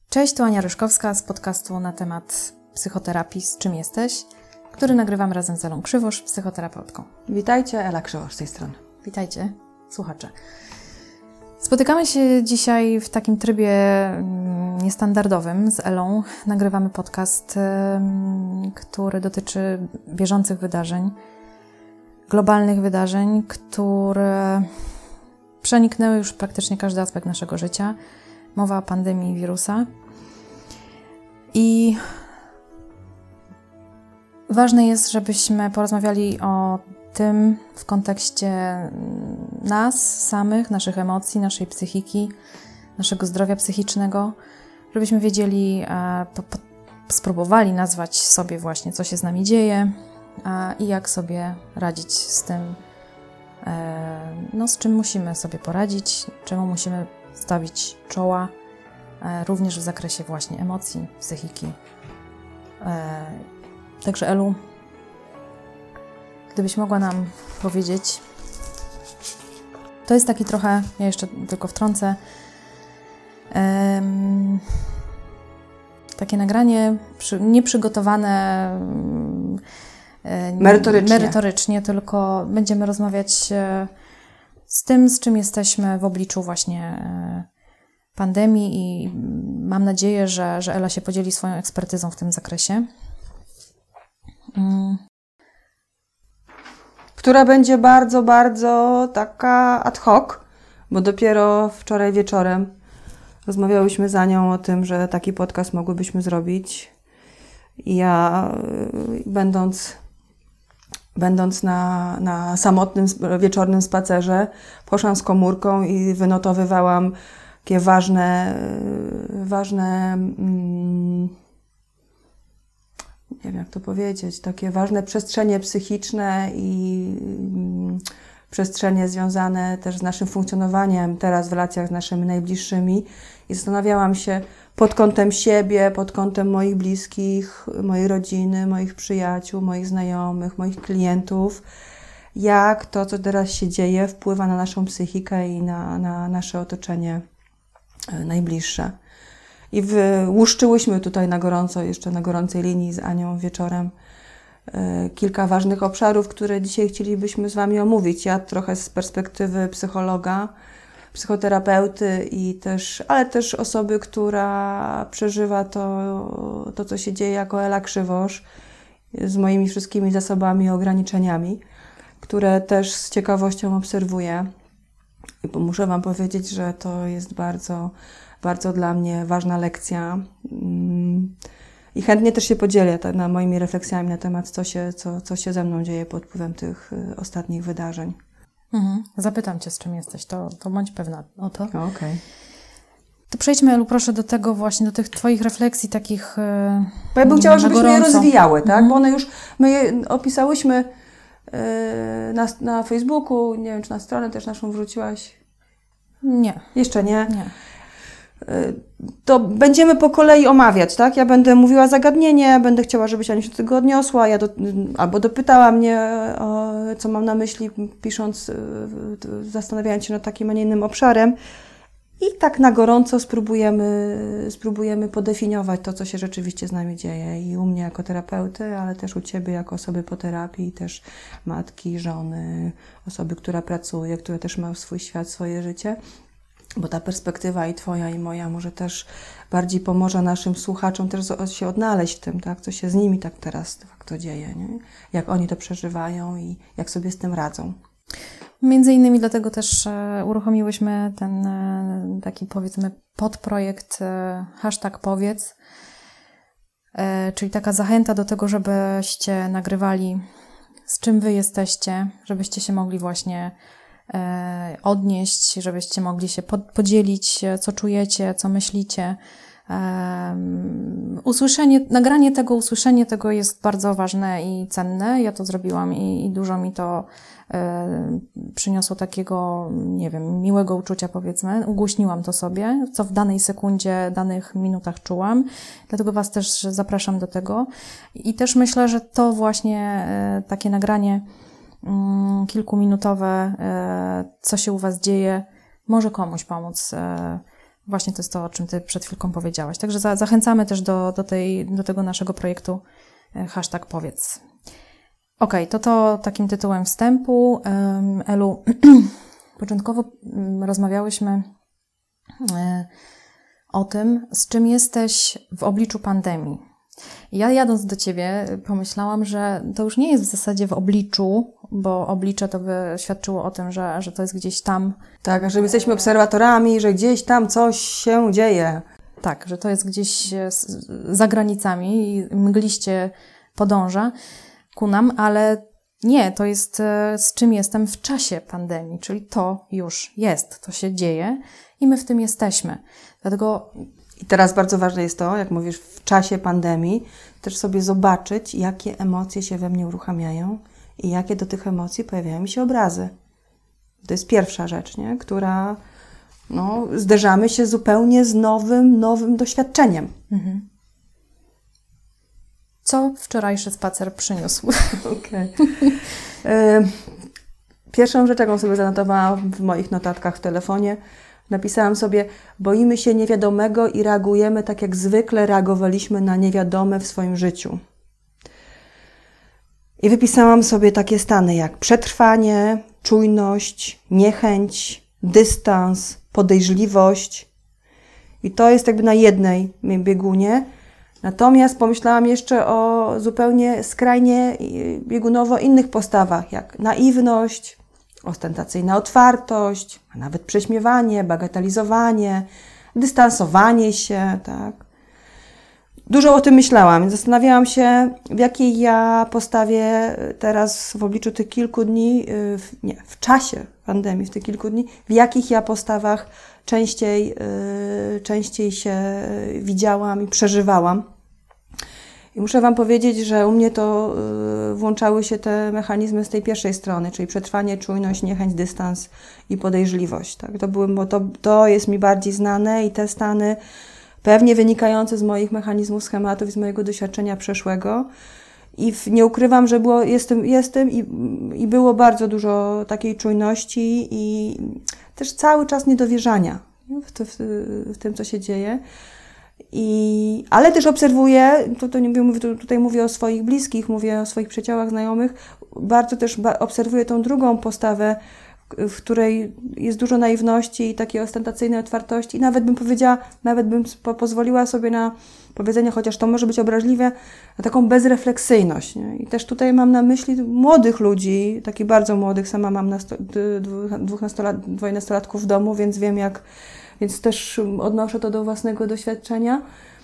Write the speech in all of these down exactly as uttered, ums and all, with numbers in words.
Cześć, tu Ania Ryszkowska z podcastu na temat psychoterapii Z czym jesteś?, który nagrywam razem z Elą Krzywosz, psychoterapeutką. Witajcie, Ela Krzywosz z tej strony. Witajcie, słuchacze. Spotykamy się dzisiaj w takim trybie niestandardowym z Elą. Nagrywamy podcast, który dotyczy bieżących wydarzeń, globalnych wydarzeń, które przeniknęły już praktycznie każdy aspekt naszego życia. Mowa o pandemii wirusa. I ważne jest, żebyśmy porozmawiali o tym w kontekście nas samych, naszych emocji, naszej psychiki, naszego zdrowia psychicznego, żebyśmy wiedzieli, po, po, spróbowali nazwać sobie właśnie, co się z nami dzieje a, i jak sobie radzić z tym, e, no, z czym musimy sobie poradzić, czemu musimy stawić czoła, e, również w zakresie właśnie emocji, psychiki. E, także Elu, gdybyś mogła nam powiedzieć, to jest taki trochę, ja jeszcze tylko wtrącę, em, takie nagranie przy, nieprzygotowane e, merytorycznie. merytorycznie, tylko będziemy rozmawiać e, z tym, z czym jesteśmy w obliczu właśnie e, pandemii i mam nadzieję, że, że Ela się podzieli swoją ekspertyzą w tym zakresie. Mm. Która będzie bardzo, bardzo taka ad hoc, bo dopiero wczoraj wieczorem rozmawiałyśmy z Anią o tym, że taki podcast mogłybyśmy zrobić. I ja, będąc, będąc na, na samotnym wieczornym spacerze, poszłam z komórką i wynotowywałam takie ważne, ważne, mm, nie wiem jak to powiedzieć, takie ważne przestrzenie psychiczne i mm, przestrzenie związane też z naszym funkcjonowaniem teraz w relacjach z naszymi najbliższymi. I zastanawiałam się pod kątem siebie, pod kątem moich bliskich, mojej rodziny, moich przyjaciół, moich znajomych, moich klientów, jak to, co teraz się dzieje, wpływa na naszą psychikę i na, na nasze otoczenie najbliższe. I wyłuszczyłyśmy tutaj na gorąco, jeszcze na gorącej linii z Anią wieczorem kilka ważnych obszarów, które dzisiaj chcielibyśmy z Wami omówić. Ja trochę z perspektywy psychologa, psychoterapeuty i też, ale też osoby, która przeżywa to, to, co się dzieje jako Ela Krzywosz, z moimi wszystkimi zasobami i ograniczeniami, które też z ciekawością obserwuję. I muszę Wam powiedzieć, że to jest bardzo, bardzo dla mnie ważna lekcja. I chętnie też się podzielę na moimi refleksjami na temat, co się, co, co się ze mną dzieje pod wpływem tych ostatnich wydarzeń. Mhm. Zapytam Cię, z czym jesteś, to, to bądź pewna o to. Okej. Okay. To przejdźmy, Elu, proszę do tego właśnie, do tych Twoich refleksji takich Bo ja bym chciała, żebyśmy gorąco. je rozwijały, tak? Mhm. Bo one już, my je opisałyśmy na, na Facebooku, nie wiem, czy na stronę też naszą wrzuciłaś? Nie. Jeszcze nie? Nie. To będziemy po kolei omawiać, tak? Ja będę mówiła zagadnienie, będę chciała, żebyś Ania się do tego odniosła, ja do, albo dopytała mnie, o, co mam na myśli, pisząc, zastanawiając się nad takim, a nie innym obszarem. I tak na gorąco spróbujemy, spróbujemy podefiniować to, co się rzeczywiście z nami dzieje. I u mnie jako terapeuty, ale też u Ciebie jako osoby po terapii, też matki, żony, osoby, która pracuje, która też ma swój świat, swoje życie. Bo ta perspektywa i Twoja, i moja może też bardziej pomoże naszym słuchaczom też się odnaleźć w tym, tak, co się z nimi tak teraz de facto dzieje, nie? Jak oni to przeżywają i jak sobie z tym radzą. Między innymi dlatego też e, uruchomiłyśmy ten e, taki, powiedzmy, podprojekt e, hashtag powiedz, e, czyli taka zachęta do tego, żebyście nagrywali, z czym Wy jesteście, żebyście się mogli właśnie e, odnieść, żebyście mogli się pod, podzielić, co czujecie, co myślicie. Um, usłyszenie, nagranie tego, usłyszenie tego jest bardzo ważne i cenne. Ja to zrobiłam i, i dużo mi to e, przyniosło takiego, nie wiem, miłego uczucia, powiedzmy. Ugłośniłam to sobie, co w danej sekundzie, danych minutach czułam. Dlatego Was też zapraszam do tego. I też myślę, że to właśnie e, takie nagranie mm, kilkuminutowe, e, co się u Was dzieje, może komuś pomóc e, Właśnie to jest to, o czym Ty przed chwilką powiedziałaś. Także za, zachęcamy też do, do, tej, do tego naszego projektu hashtag powiedz. Okej, to to takim tytułem wstępu. Elu, początkowo rozmawiałyśmy o tym, z czym jesteś w obliczu pandemii. Ja jadąc do Ciebie pomyślałam, że to już nie jest w zasadzie w obliczu, bo oblicze to by świadczyło o tym, że, że to jest gdzieś tam. Tak, że my jesteśmy obserwatorami, że gdzieś tam coś się dzieje. Tak, że to jest gdzieś za granicami i mgliście podąża ku nam, ale nie, to jest z czym jestem w czasie pandemii, czyli to już jest, to się dzieje i my w tym jesteśmy. Dlatego... I teraz bardzo ważne jest to, jak mówisz, w czasie pandemii, też sobie zobaczyć, jakie emocje się we mnie uruchamiają i jakie do tych emocji pojawiają mi się obrazy. To jest pierwsza rzecz, nie? Która, no, zderzamy się zupełnie z nowym, nowym doświadczeniem. Mhm. Co wczorajszy spacer przyniósł? Okej. Pierwszą rzecz, jaką sobie zanotowałam w moich notatkach w telefonie, napisałam sobie, boimy się niewiadomego i reagujemy tak, jak zwykle reagowaliśmy na niewiadome w swoim życiu. I wypisałam sobie takie stany jak przetrwanie, czujność, niechęć, dystans, podejrzliwość. I to jest jakby na jednej biegunie. Natomiast pomyślałam jeszcze o zupełnie skrajnie biegunowo innych postawach, jak naiwność, ostentacyjna otwartość, a nawet prześmiewanie, bagatelizowanie, dystansowanie się, tak. Dużo o tym myślałam. Zastanawiałam się, w jakiej ja postawie teraz w obliczu tych kilku dni, w, nie, w czasie pandemii, w tych kilku dni, w jakich ja postawach częściej, yy, częściej się widziałam i przeżywałam. I muszę Wam powiedzieć, że u mnie to yy, włączały się te mechanizmy z tej pierwszej strony, czyli przetrwanie, czujność, niechęć, dystans i podejrzliwość. Tak? To, były, bo to, to jest mi bardziej znane i te stany pewnie wynikające z moich mechanizmów, schematów i z mojego doświadczenia przeszłego. I w, nie ukrywam, że było, jestem, jestem i, i było bardzo dużo takiej czujności i też cały czas niedowierzania w, to, w, w tym, co się dzieje. I, ale też obserwuję, to, to nie mówię, to, tutaj mówię o swoich bliskich, mówię o swoich przyjaciołach, znajomych, bardzo też ba, obserwuję tą drugą postawę, w której jest dużo naiwności i takiej ostentacyjnej otwartości i nawet bym powiedziała, nawet bym po, pozwoliła sobie na powiedzenie, chociaż to może być obraźliwe, na taką bezrefleksyjność. Nie? I też tutaj mam na myśli młodych ludzi, takich bardzo młodych, sama mam nasto, dwóch nastolat, dwoje nastolatków w domu, więc wiem jak, więc też odnoszę to do własnego doświadczenia,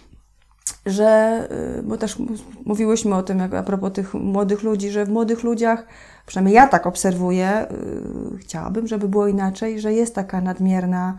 że, bo też mówiłyśmy o tym, jak a propos tych młodych ludzi, że w młodych ludziach, przynajmniej ja tak obserwuję, chciałabym, żeby było inaczej, że jest taka nadmierna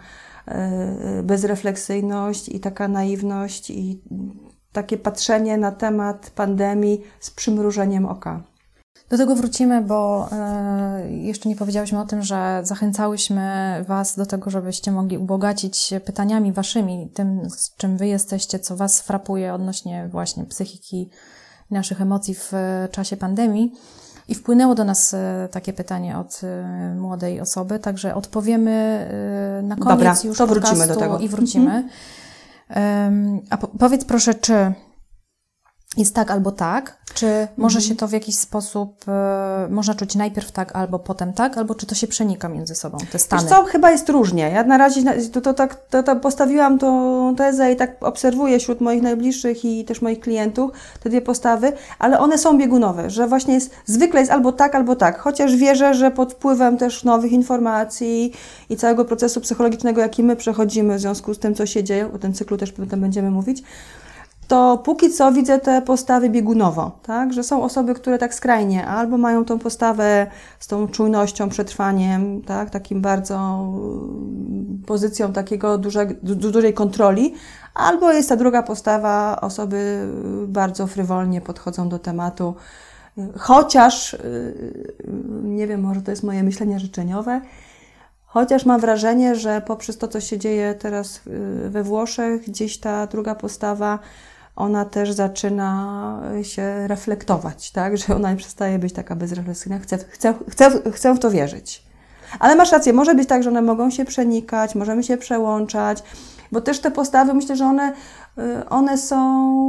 bezrefleksyjność i taka naiwność i takie patrzenie na temat pandemii z przymrużeniem oka. Do tego wrócimy, bo y, jeszcze nie powiedziałyśmy o tym, że zachęcałyśmy Was do tego, żebyście mogli ubogacić się pytaniami Waszymi, tym, z czym Wy jesteście, co Was frapuje odnośnie właśnie psychiki, naszych emocji w czasie pandemii. I wpłynęło do nas y, takie pytanie od y, młodej osoby, także odpowiemy y, na koniec Dobra, już to podcastu wrócimy do tego. I wrócimy. Mm-hmm. Y, a po, powiedz proszę, czy jest tak albo tak? Czy może mhm. się to w jakiś sposób, y, można czuć najpierw tak, albo potem tak, albo czy to się przenika między sobą, te stany? Wiesz co, chyba jest różnie. Ja na razie to, to, tak, to, to postawiłam tą tezę i tak obserwuję wśród moich najbliższych i też moich klientów te dwie postawy, ale one są biegunowe, że właśnie jest, zwykle jest albo tak, albo tak. Chociaż wierzę, że pod wpływem też nowych informacji i całego procesu psychologicznego, jaki my przechodzimy w związku z tym, co się dzieje, o tym cyklu też potem będziemy mówić, to póki co widzę te postawy biegunowo, tak? Że są osoby, które tak skrajnie albo mają tą postawę z tą czujnością, przetrwaniem, tak? Takim bardzo pozycją takiego duże, du, dużej kontroli, albo jest ta druga postawa, osoby bardzo frywolnie podchodzą do tematu, chociaż, nie wiem, może to jest moje myślenie życzeniowe, chociaż mam wrażenie, że poprzez to, co się dzieje teraz we Włoszech, gdzieś ta druga postawa, ona też zaczyna się reflektować, tak? Że ona nie przestaje być taka bezrefleksyjna. Chcę, chcę, chcę, chcę w to wierzyć. Ale masz rację, może być tak, że one mogą się przenikać, możemy się przełączać. Bo też te postawy, myślę, że one, one są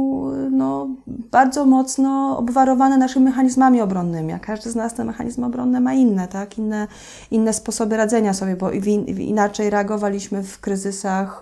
no, bardzo mocno obwarowane naszymi mechanizmami obronnymi, a każdy z nas te mechanizmy obronne ma inne, tak? Inne, inne sposoby radzenia sobie, bo inaczej reagowaliśmy w kryzysach,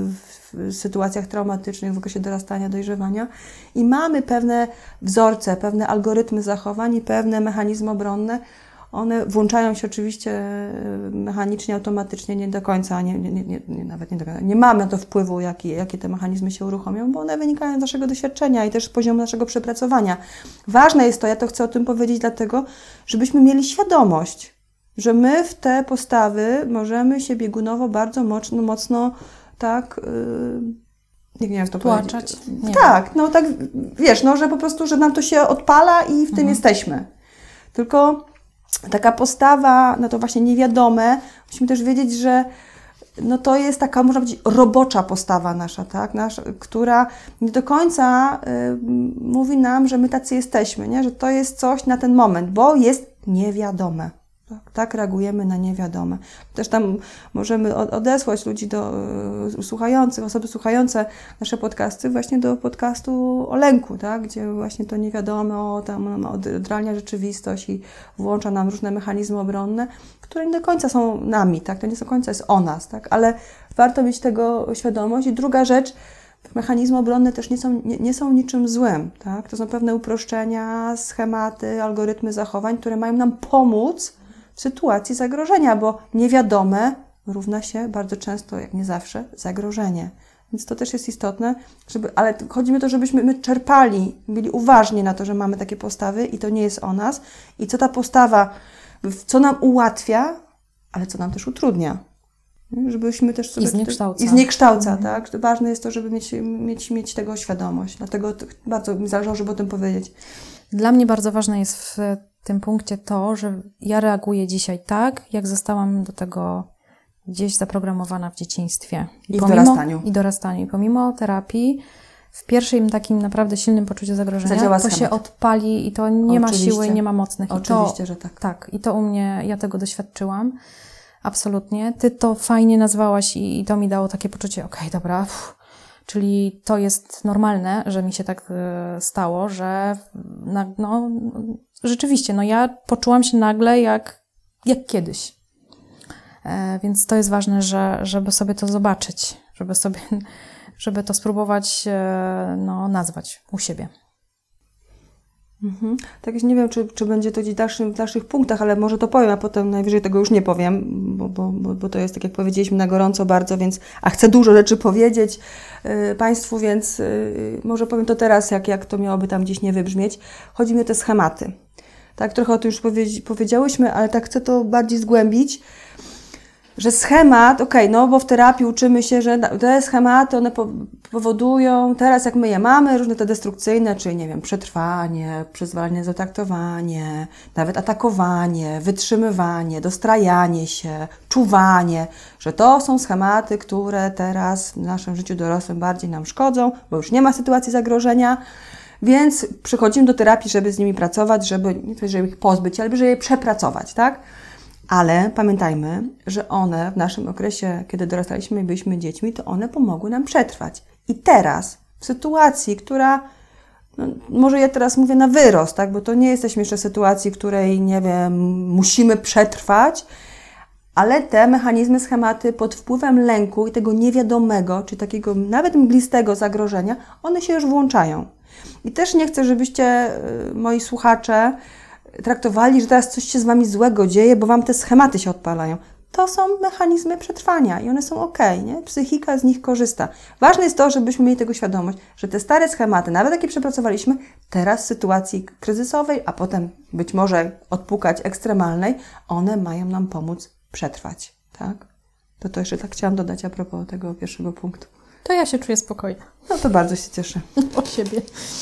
w sytuacjach traumatycznych, w okresie dorastania, dojrzewania i mamy pewne wzorce, pewne algorytmy zachowań i pewne mechanizmy obronne. One włączają się oczywiście mechanicznie, automatycznie, nie do końca, nie, nie, nie, nie, nawet nie do końca. Nie mamy na to wpływu, jakie, jakie te mechanizmy się uruchomią, bo one wynikają z naszego doświadczenia i też z poziomu naszego przepracowania. Ważne jest to, ja to chcę o tym powiedzieć dlatego, żebyśmy mieli świadomość, że my w te postawy możemy się biegunowo bardzo mocno, mocno tak... Yy, nie wiem, to Tłaczać. powiedzieć. Tak, no tak, wiesz, no, że po prostu, że nam to się odpala i w mhm. tym jesteśmy. Tylko taka postawa, no to właśnie niewiadome, musimy też wiedzieć, że no to jest taka, można powiedzieć, robocza postawa nasza, tak? Nasza, która nie do końca y, mówi nam, że my tacy jesteśmy, nie? Że to jest coś na ten moment, bo jest niewiadome. Tak, tak reagujemy na niewiadome. Też tam możemy odesłać ludzi do y, słuchających, osoby słuchające nasze podcasty właśnie do podcastu o lęku, tak? Gdzie właśnie to niewiadome o, tam odralnia rzeczywistość i włącza nam różne mechanizmy obronne, które nie do końca są nami, tak? To nie do końca jest o nas, tak? Ale warto mieć tego świadomość. I druga rzecz, mechanizmy obronne też nie są, nie, nie są niczym złym, tak? To są pewne uproszczenia, schematy, algorytmy zachowań, które mają nam pomóc w sytuacji zagrożenia, bo niewiadome równa się bardzo często, jak nie zawsze, zagrożenie. Więc to też jest istotne, żeby, ale chodzi mi o to, żebyśmy my czerpali, byli uważni na to, że mamy takie postawy i to nie jest o nas. I co ta postawa, co nam ułatwia, ale co nam też utrudnia. Żebyśmy też sobie... I zniekształca. I zniekształca, mhm. tak? Ważne jest to, żeby mieć, mieć, mieć tego świadomość. Dlatego bardzo mi zależy, żeby o tym powiedzieć. Dla mnie bardzo ważne jest w tym punkcie to, że ja reaguję dzisiaj tak, jak zostałam do tego gdzieś zaprogramowana w dzieciństwie. I, I pomimo, w dorastaniu. I dorastaniu. I pomimo terapii, w pierwszym takim naprawdę silnym poczuciu zagrożenia, Zadziała to schemat. się odpali i to nie Oczywiście. ma siły, nie ma mocnych. Oczywiście, I to, że tak. Tak. I to u mnie, ja tego doświadczyłam. Absolutnie. Ty to fajnie nazwałaś i, i to mi dało takie poczucie, okej, okay, dobra, uff. Czyli to jest normalne, że mi się tak y, stało, że na, no, rzeczywiście, no ja poczułam się nagle jak, jak kiedyś. E, więc to jest ważne, że, żeby sobie to zobaczyć, żeby sobie, żeby to spróbować e, no, nazwać u siebie. Mhm. Tak, nie wiem, czy, czy będzie to gdzieś w dalszych, w dalszych punktach, ale może to powiem, a potem najwyżej tego już nie powiem, bo, bo, bo to jest, tak jak powiedzieliśmy, na gorąco bardzo, więc, a chcę dużo rzeczy powiedzieć y, Państwu, więc y, może powiem to teraz, jak, jak to miałoby tam gdzieś nie wybrzmieć. Chodzi mi o te schematy. Tak, trochę o tym już powie, powiedziałyśmy, ale tak chcę to bardziej zgłębić, że schemat, okej, okay, no bo w terapii uczymy się, że te schematy, one po, powodują, teraz jak my je mamy, różne te destrukcyjne, czyli nie wiem, przetrwanie, przyzwalanie za traktowanie, nawet atakowanie, wytrzymywanie, dostrajanie się, czuwanie, że to są schematy, które teraz w naszym życiu dorosłym bardziej nam szkodzą, bo już nie ma sytuacji zagrożenia, więc przychodzimy do terapii, żeby z nimi pracować, żeby, nie to, żeby ich pozbyć, ale żeby je przepracować, tak? Ale pamiętajmy, że one w naszym okresie, kiedy dorastaliśmy i byliśmy dziećmi, to one pomogły nam przetrwać. I teraz, w sytuacji, która, no, może ja teraz mówię na wyrost, tak, bo to nie jesteśmy jeszcze w sytuacji, w której, nie wiem, musimy przetrwać, ale te mechanizmy, schematy pod wpływem lęku i tego niewiadomego, czy takiego nawet mglistego zagrożenia, one się już włączają. I też nie chcę, żebyście, moi słuchacze, traktowali, że teraz coś się z Wami złego dzieje, bo Wam te schematy się odpalają. To są mechanizmy przetrwania i one są okej, nie? Psychika z nich korzysta. Ważne jest to, żebyśmy mieli tego świadomość, że te stare schematy, nawet jakie przepracowaliśmy, teraz w sytuacji kryzysowej, a potem być może odpukać ekstremalnej, one mają nam pomóc przetrwać, tak? To to jeszcze tak chciałam dodać a propos tego pierwszego punktu. To ja się czuję spokojna. No to bardzo się cieszę. Od siebie.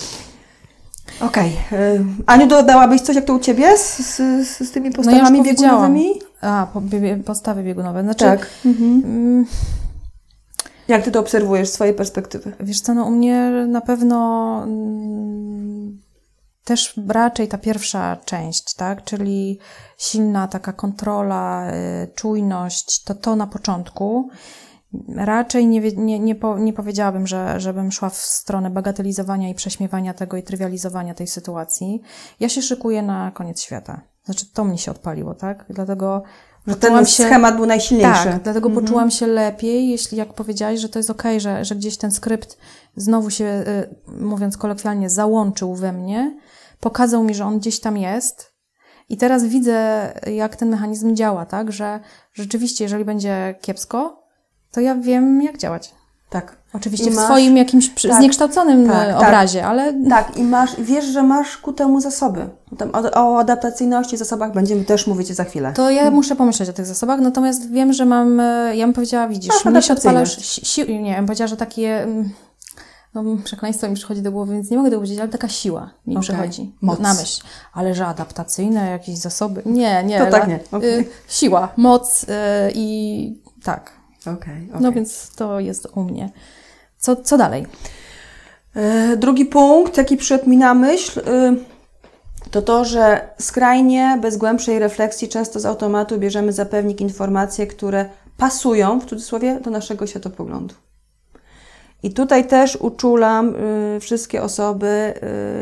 Okej. Okay. Aniu, dodałabyś coś, jak to u Ciebie z, z, z tymi postawami no ja biegunowymi? A, po, bie, postawy biegunowe. Znaczy, tak. Mhm. Mm, jak Ty to obserwujesz z swojej perspektywy? Wiesz co, no u mnie na pewno mm, też raczej ta pierwsza część, tak? Czyli silna taka kontrola, y, czujność, to to na początku. raczej nie, nie, nie, po, nie powiedziałabym, że, żebym szła w stronę bagatelizowania i prześmiewania tego i trywializowania tej sytuacji. Ja się szykuję na koniec świata. Znaczy, to mnie się odpaliło, tak? Dlatego że ten się, schemat był najsilniejszy. Tak, dlatego mhm. poczułam się lepiej, jeśli jak powiedziałaś, że to jest okej, że, że gdzieś ten skrypt znowu się, mówiąc kolokwialnie, załączył we mnie, pokazał mi, że on gdzieś tam jest. I teraz widzę, jak ten mechanizm działa, tak? Że rzeczywiście, jeżeli będzie kiepsko, to ja wiem, jak działać. Tak. Oczywiście w masz, swoim jakimś przy, tak, zniekształconym tak, obrazie, tak, ale... Tak, i masz, wiesz, że masz ku temu zasoby. O, o adaptacyjności, zasobach będziemy też mówić za chwilę. To ja hmm. muszę pomyśleć o tych zasobach, natomiast wiem, że mam... Ja bym powiedziała, widzisz, mnie się odpala... Si, nie, ja bym powiedziała, że takie... No, przekleństwo mi przychodzi do głowy, więc nie mogę tego powiedzieć, ale taka siła mi okay. przychodzi moc. Na myśl. Ale że adaptacyjne, jakieś zasoby... Nie, nie. To tak nie. Okay. Y, siła, moc y, i tak. Okay, okay. No więc to jest u mnie. Co, co dalej? Yy, drugi punkt, jaki przyszedł mi na myśl, yy, to to, że skrajnie, bez głębszej refleksji, często z automatu bierzemy za pewnik informacje, które pasują, w cudzysłowie, do naszego światopoglądu. I tutaj też uczulam y, wszystkie osoby,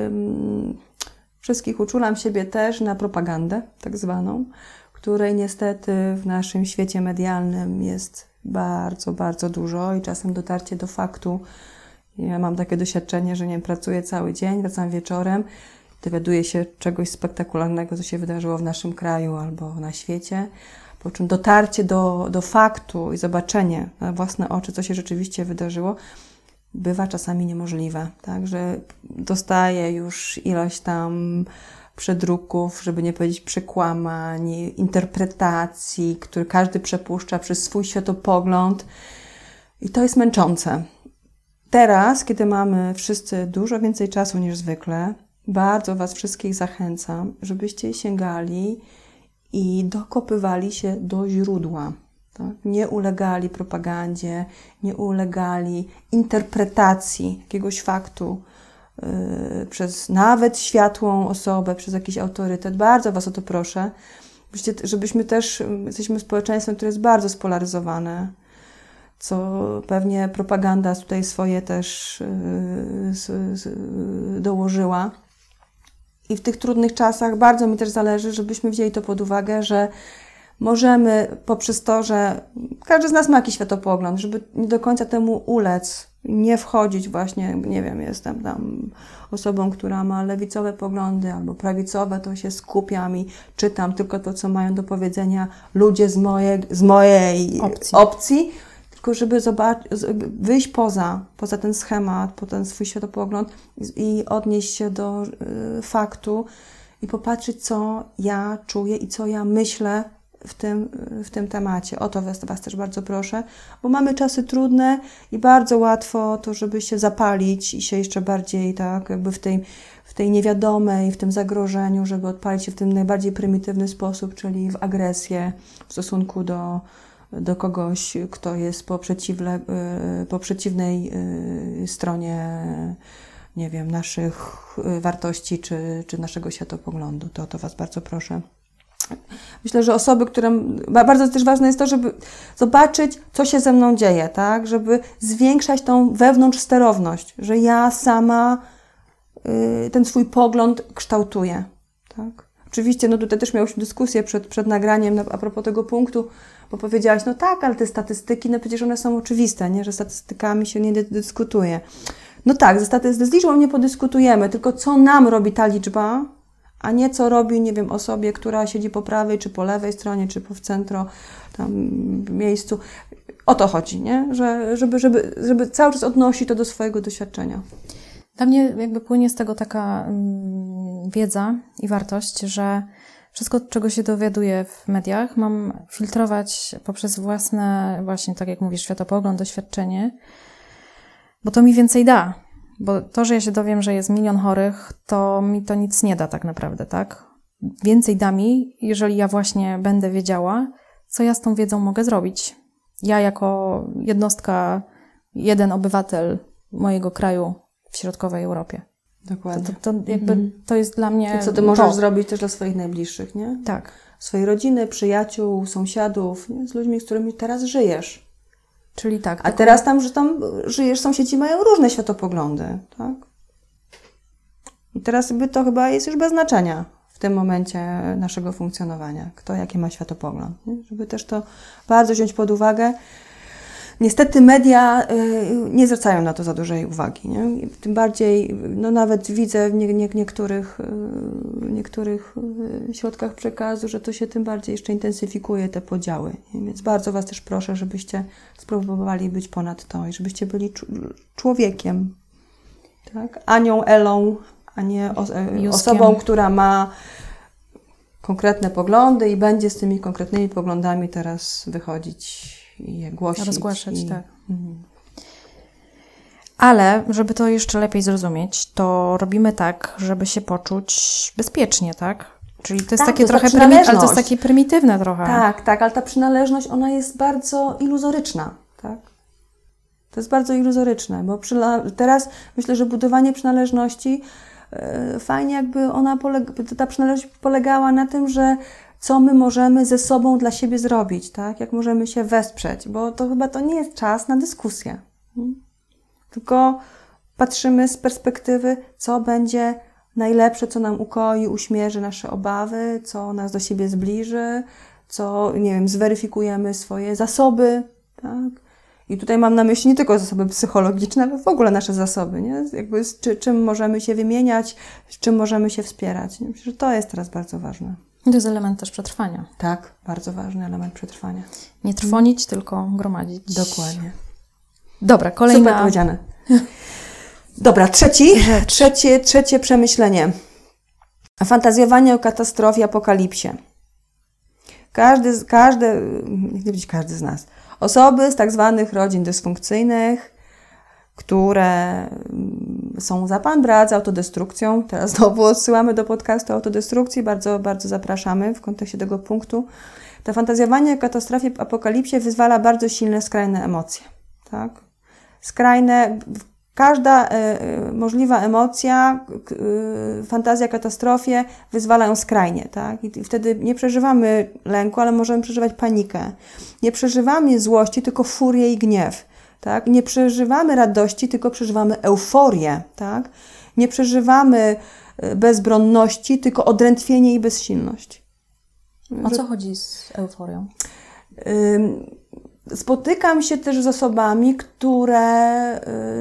y, wszystkich uczulam siebie też na propagandę, tak zwaną, której niestety w naszym świecie medialnym jest bardzo, bardzo dużo i czasem dotarcie do faktu. Ja mam takie doświadczenie, że nie wiem, pracuję cały dzień, wracam wieczorem, dowiaduję się czegoś spektakularnego, co się wydarzyło w naszym kraju albo na świecie, po czym dotarcie do, do faktu i zobaczenie na własne oczy, co się rzeczywiście wydarzyło, bywa czasami niemożliwe. Także dostaję już ilość tam przedruków, żeby nie powiedzieć przekłamań, interpretacji, które każdy przepuszcza przez swój światopogląd i to jest męczące. Teraz, kiedy mamy wszyscy dużo więcej czasu niż zwykle, bardzo Was wszystkich zachęcam, żebyście sięgali i dokopywali się do źródła. Tak? Nie ulegali propagandzie, nie ulegali interpretacji jakiegoś faktu yy, przez nawet światłą osobę, przez jakiś autorytet. Bardzo Was o to proszę, żebyśmy też, jesteśmy społeczeństwem, które jest bardzo spolaryzowane, co pewnie propaganda tutaj swoje też yy, z, z, dołożyła. I w tych trudnych czasach bardzo mi też zależy, żebyśmy wzięli to pod uwagę, że możemy poprzez to, że każdy z nas ma jakiś światopogląd, żeby nie do końca temu ulec, nie wchodzić właśnie, nie wiem, jestem tam osobą, która ma lewicowe poglądy albo prawicowe, to się skupiam i czytam tylko to, co mają do powiedzenia ludzie z mojej, z mojej opcji. opcji, tylko żeby zobaczyć, wyjść poza, poza ten schemat, po ten swój światopogląd i, i odnieść się do y, faktu i popatrzeć, co ja czuję i co ja myślę w tym, w tym temacie. O to was, was też bardzo proszę, bo mamy czasy trudne i bardzo łatwo to, żeby się zapalić i się jeszcze bardziej tak jakby w tej, w tej niewiadomej, w tym zagrożeniu, żeby odpalić się w tym najbardziej prymitywny sposób, czyli w agresję w stosunku do, do kogoś, kto jest po, przeciwle, po przeciwnej stronie, nie wiem, naszych wartości czy, czy naszego światopoglądu. To, to was bardzo proszę. Myślę, że osoby, którym bardzo też ważne jest to, żeby zobaczyć, co się ze mną dzieje, tak? Żeby zwiększać tą wewnątrz sterowność, że ja sama y, ten swój pogląd kształtuję, tak? Oczywiście, no tutaj też miałyśmy dyskusję przed, przed nagraniem a propos tego punktu, bo powiedziałaś, no tak, ale te statystyki, no przecież one są oczywiste, nie? Że statystykami się nie dyskutuje. No tak, ze, staty- z liczbą nie podyskutujemy, tylko co nam robi ta liczba, a nie co robi, nie wiem, osobie, która siedzi po prawej, czy po lewej stronie, czy po w centro tam miejscu. O to chodzi, nie? Że, żeby, żeby, żeby cały czas odnosić to do swojego doświadczenia. Dla mnie jakby płynie z tego taka um, wiedza i wartość, że wszystko, czego się dowiaduję w mediach, mam filtrować poprzez własne, właśnie tak jak mówisz, światopogląd, doświadczenie, bo to mi więcej da. Bo to, że ja się dowiem, że jest milion chorych, to mi to nic nie da tak naprawdę, tak? Więcej da mi, jeżeli ja właśnie będę wiedziała, co ja z tą wiedzą mogę zrobić. Ja jako jednostka, jeden obywatel mojego kraju w środkowej Europie. Dokładnie. To, to, to jakby mm. to jest dla mnie... To, co ty możesz to. zrobić też dla swoich najbliższych, nie? Tak. Swojej rodziny, przyjaciół, sąsiadów, nie? Z ludźmi, z którymi teraz żyjesz. Czyli tak. A tylko... teraz tam, że tam żyjesz, sąsiedzi mają różne światopoglądy, tak? I teraz jakby to chyba jest już bez znaczenia w tym momencie naszego funkcjonowania. Kto jaki ma światopogląd, nie? Żeby też to bardzo wziąć pod uwagę. Niestety media y, nie zwracają na to za dużej uwagi, nie? Tym bardziej, no nawet widzę w nie, nie, niektórych, y, niektórych y, środkach przekazu, że to się tym bardziej jeszcze intensyfikuje, te podziały. Nie? Więc bardzo Was też proszę, żebyście spróbowali być ponad to i żebyście byli czu- człowiekiem, tak? Anią Elą, a nie os- osobą, która ma konkretne poglądy i będzie z tymi konkretnymi poglądami teraz wychodzić i je głosić. Rozgłaszać, i... tak. Mhm. Ale, żeby to jeszcze lepiej zrozumieć, to robimy tak, żeby się poczuć bezpiecznie, tak? Czyli to jest tak, takie to jest trochę, prymi- ale to jest takie prymitywne trochę. Tak, tak, ale ta przynależność, ona jest bardzo iluzoryczna, tak? To jest bardzo iluzoryczne, bo przyla- teraz myślę, że budowanie przynależności yy, fajnie jakby ona, poleg- ta przynależność polegała na tym, że co my możemy ze sobą dla siebie zrobić, tak? Jak możemy się wesprzeć, bo to chyba to nie jest czas na dyskusję. Hmm? Tylko patrzymy z perspektywy, co będzie najlepsze, co nam ukoi, uśmierzy nasze obawy, co nas do siebie zbliży, co, nie wiem, zweryfikujemy swoje zasoby, tak? I tutaj mam na myśli nie tylko zasoby psychologiczne, ale w ogóle nasze zasoby, nie? Jakby z czy, czym możemy się wymieniać, z czym możemy się wspierać. Nie? Myślę, że to jest teraz bardzo ważne. To jest element też przetrwania. Tak, bardzo ważny element przetrwania. Nie trwonić, hmm. tylko gromadzić. Dokładnie. Dobra, kolejna... Super powiedziane. Dobra, trzeci, trzecie, trzecie przemyślenie. Fantazjowanie o katastrofie, apokalipsie. Każdy, każdy, nie być każdy z nas. Osoby z tak zwanych rodzin dysfunkcyjnych, które są za pan brat z autodestrukcją. Teraz znowu odsyłamy do podcastu o autodestrukcji. Bardzo, bardzo zapraszamy w kontekście tego punktu. To fantazjowanie o katastrofie, apokalipsie wyzwala bardzo silne, skrajne emocje. Tak? Skrajne, każda y, możliwa emocja, y, fantazja, katastrofie wyzwalają skrajnie. Tak? I wtedy nie przeżywamy lęku, ale możemy przeżywać panikę. Nie przeżywamy złości, tylko furię i gniew. Tak? Nie przeżywamy radości, tylko przeżywamy euforię. Tak? Nie przeżywamy bezbronności, tylko odrętwienie i bezsilność. O co chodzi z euforią? Spotykam się też z osobami, które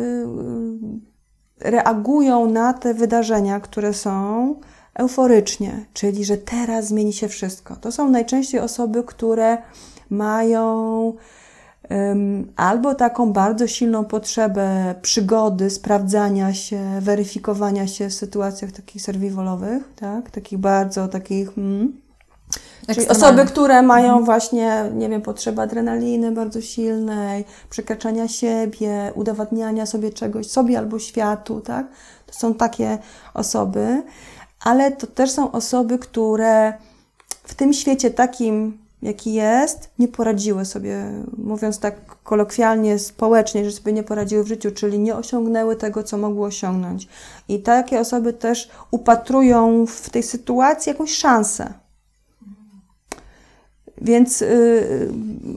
reagują na te wydarzenia, które są euforycznie, czyli że teraz zmieni się wszystko. To są najczęściej osoby, które mają albo taką bardzo silną potrzebę przygody, sprawdzania się, weryfikowania się w sytuacjach takich survivalowych, tak? Takich bardzo takich... Hmm. Czyli osoby, które mają mhm. właśnie, nie wiem, potrzebę adrenaliny bardzo silnej, przekraczania siebie, udowadniania sobie czegoś, sobie albo światu, tak? To są takie osoby, ale to też są osoby, które w tym świecie takim, jaki jest, nie poradziły sobie, mówiąc tak kolokwialnie, społecznie, że sobie nie poradziły w życiu, czyli nie osiągnęły tego, co mogły osiągnąć. I takie osoby też upatrują w tej sytuacji jakąś szansę. Więc yy,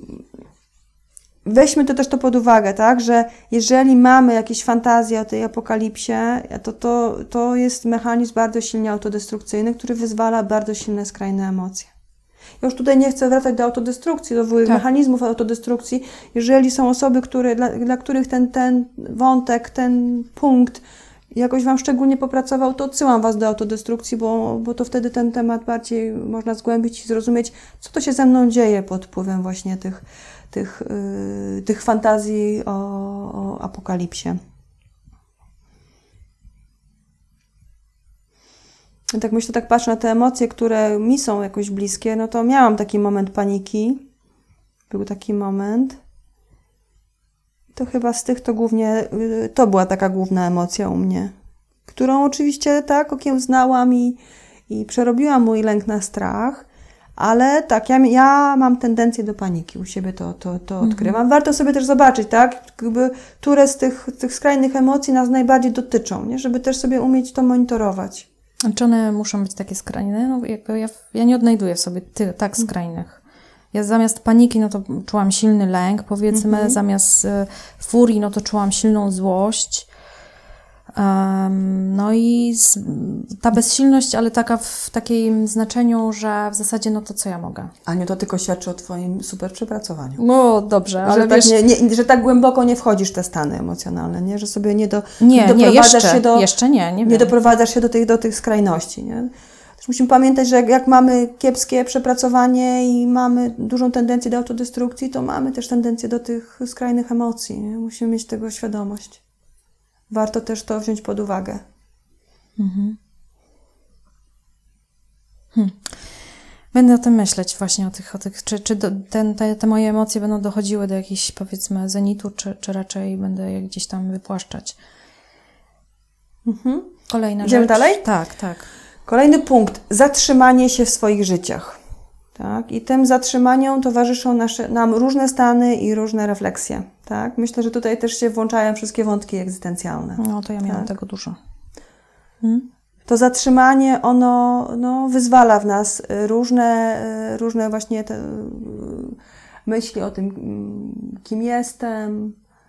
weźmy to też to pod uwagę, tak, że jeżeli mamy jakieś fantazje o tej apokalipsie, to, to, to jest mechanizm bardzo silnie autodestrukcyjny, który wyzwala bardzo silne, skrajne emocje. Ja już tutaj nie chcę wracać do autodestrukcji, do tak. mechanizmów autodestrukcji. Jeżeli są osoby, które, dla, dla których ten, ten wątek, ten punkt jakoś Wam szczególnie popracował, to odsyłam Was do autodestrukcji, bo, bo to wtedy ten temat bardziej można zgłębić i zrozumieć, co to się ze mną dzieje pod wpływem właśnie tych, tych, yy, tych fantazji o, o apokalipsie. I tak myślę, tak patrzę na te emocje, które mi są jakoś bliskie, no to miałam taki moment paniki. Był taki moment. To chyba z tych to głównie, to była taka główna emocja u mnie, którą oczywiście tak okiełznałam i, i przerobiłam mój lęk na strach, ale tak, ja, ja mam tendencję do paniki, u siebie to, to, to mhm. odkrywam. Warto sobie też zobaczyć, tak, jakby, które z tych, tych skrajnych emocji nas najbardziej dotyczą, nie? Żeby też sobie umieć to monitorować. A czy one muszą być takie skrajne? No, jakby ja, ja nie odnajduję w sobie ty, tak skrajnych Ja zamiast paniki, no to czułam silny lęk, powiedzmy, mhm. zamiast y, furii, no to czułam silną złość. Um, no i z, ta bezsilność, ale taka w takim znaczeniu, że w zasadzie no to co ja mogę. Aniu, to tylko świadczy o Twoim super przepracowaniu. No dobrze, że ale tak wiesz... nie, nie, że tak głęboko nie wchodzisz w te stany emocjonalne, nie? Że sobie nie, do, nie, nie doprowadzasz nie, jeszcze, się do... jeszcze nie, nie, nie wiem. doprowadzasz się do tych, do tych skrajności, nie? Też musimy pamiętać, że jak, jak mamy kiepskie przepracowanie i mamy dużą tendencję do autodestrukcji, to mamy też tendencję do tych skrajnych emocji, nie? Musimy mieć tego świadomość. Warto też to wziąć pod uwagę. Mhm. Hmm. Będę o tym myśleć właśnie, o tych, o tych czy, czy do, ten, te, te moje emocje będą dochodziły do jakichś, powiedzmy, zenitu, czy, czy raczej będę je gdzieś tam wypłaszczać. Mhm. Kolejna Idziemy rzecz. dalej? Tak, tak. Kolejny punkt. Zatrzymanie się w swoich życiach. Tak? I tym zatrzymaniom towarzyszą nasze, nam różne stany i różne refleksje. Tak? Myślę, że tutaj też się włączają wszystkie wątki egzystencjalne. No to ja miałam tak? tego dużo. Hmm? To zatrzymanie, ono no, wyzwala w nas różne, różne właśnie te myśli o tym, kim jestem,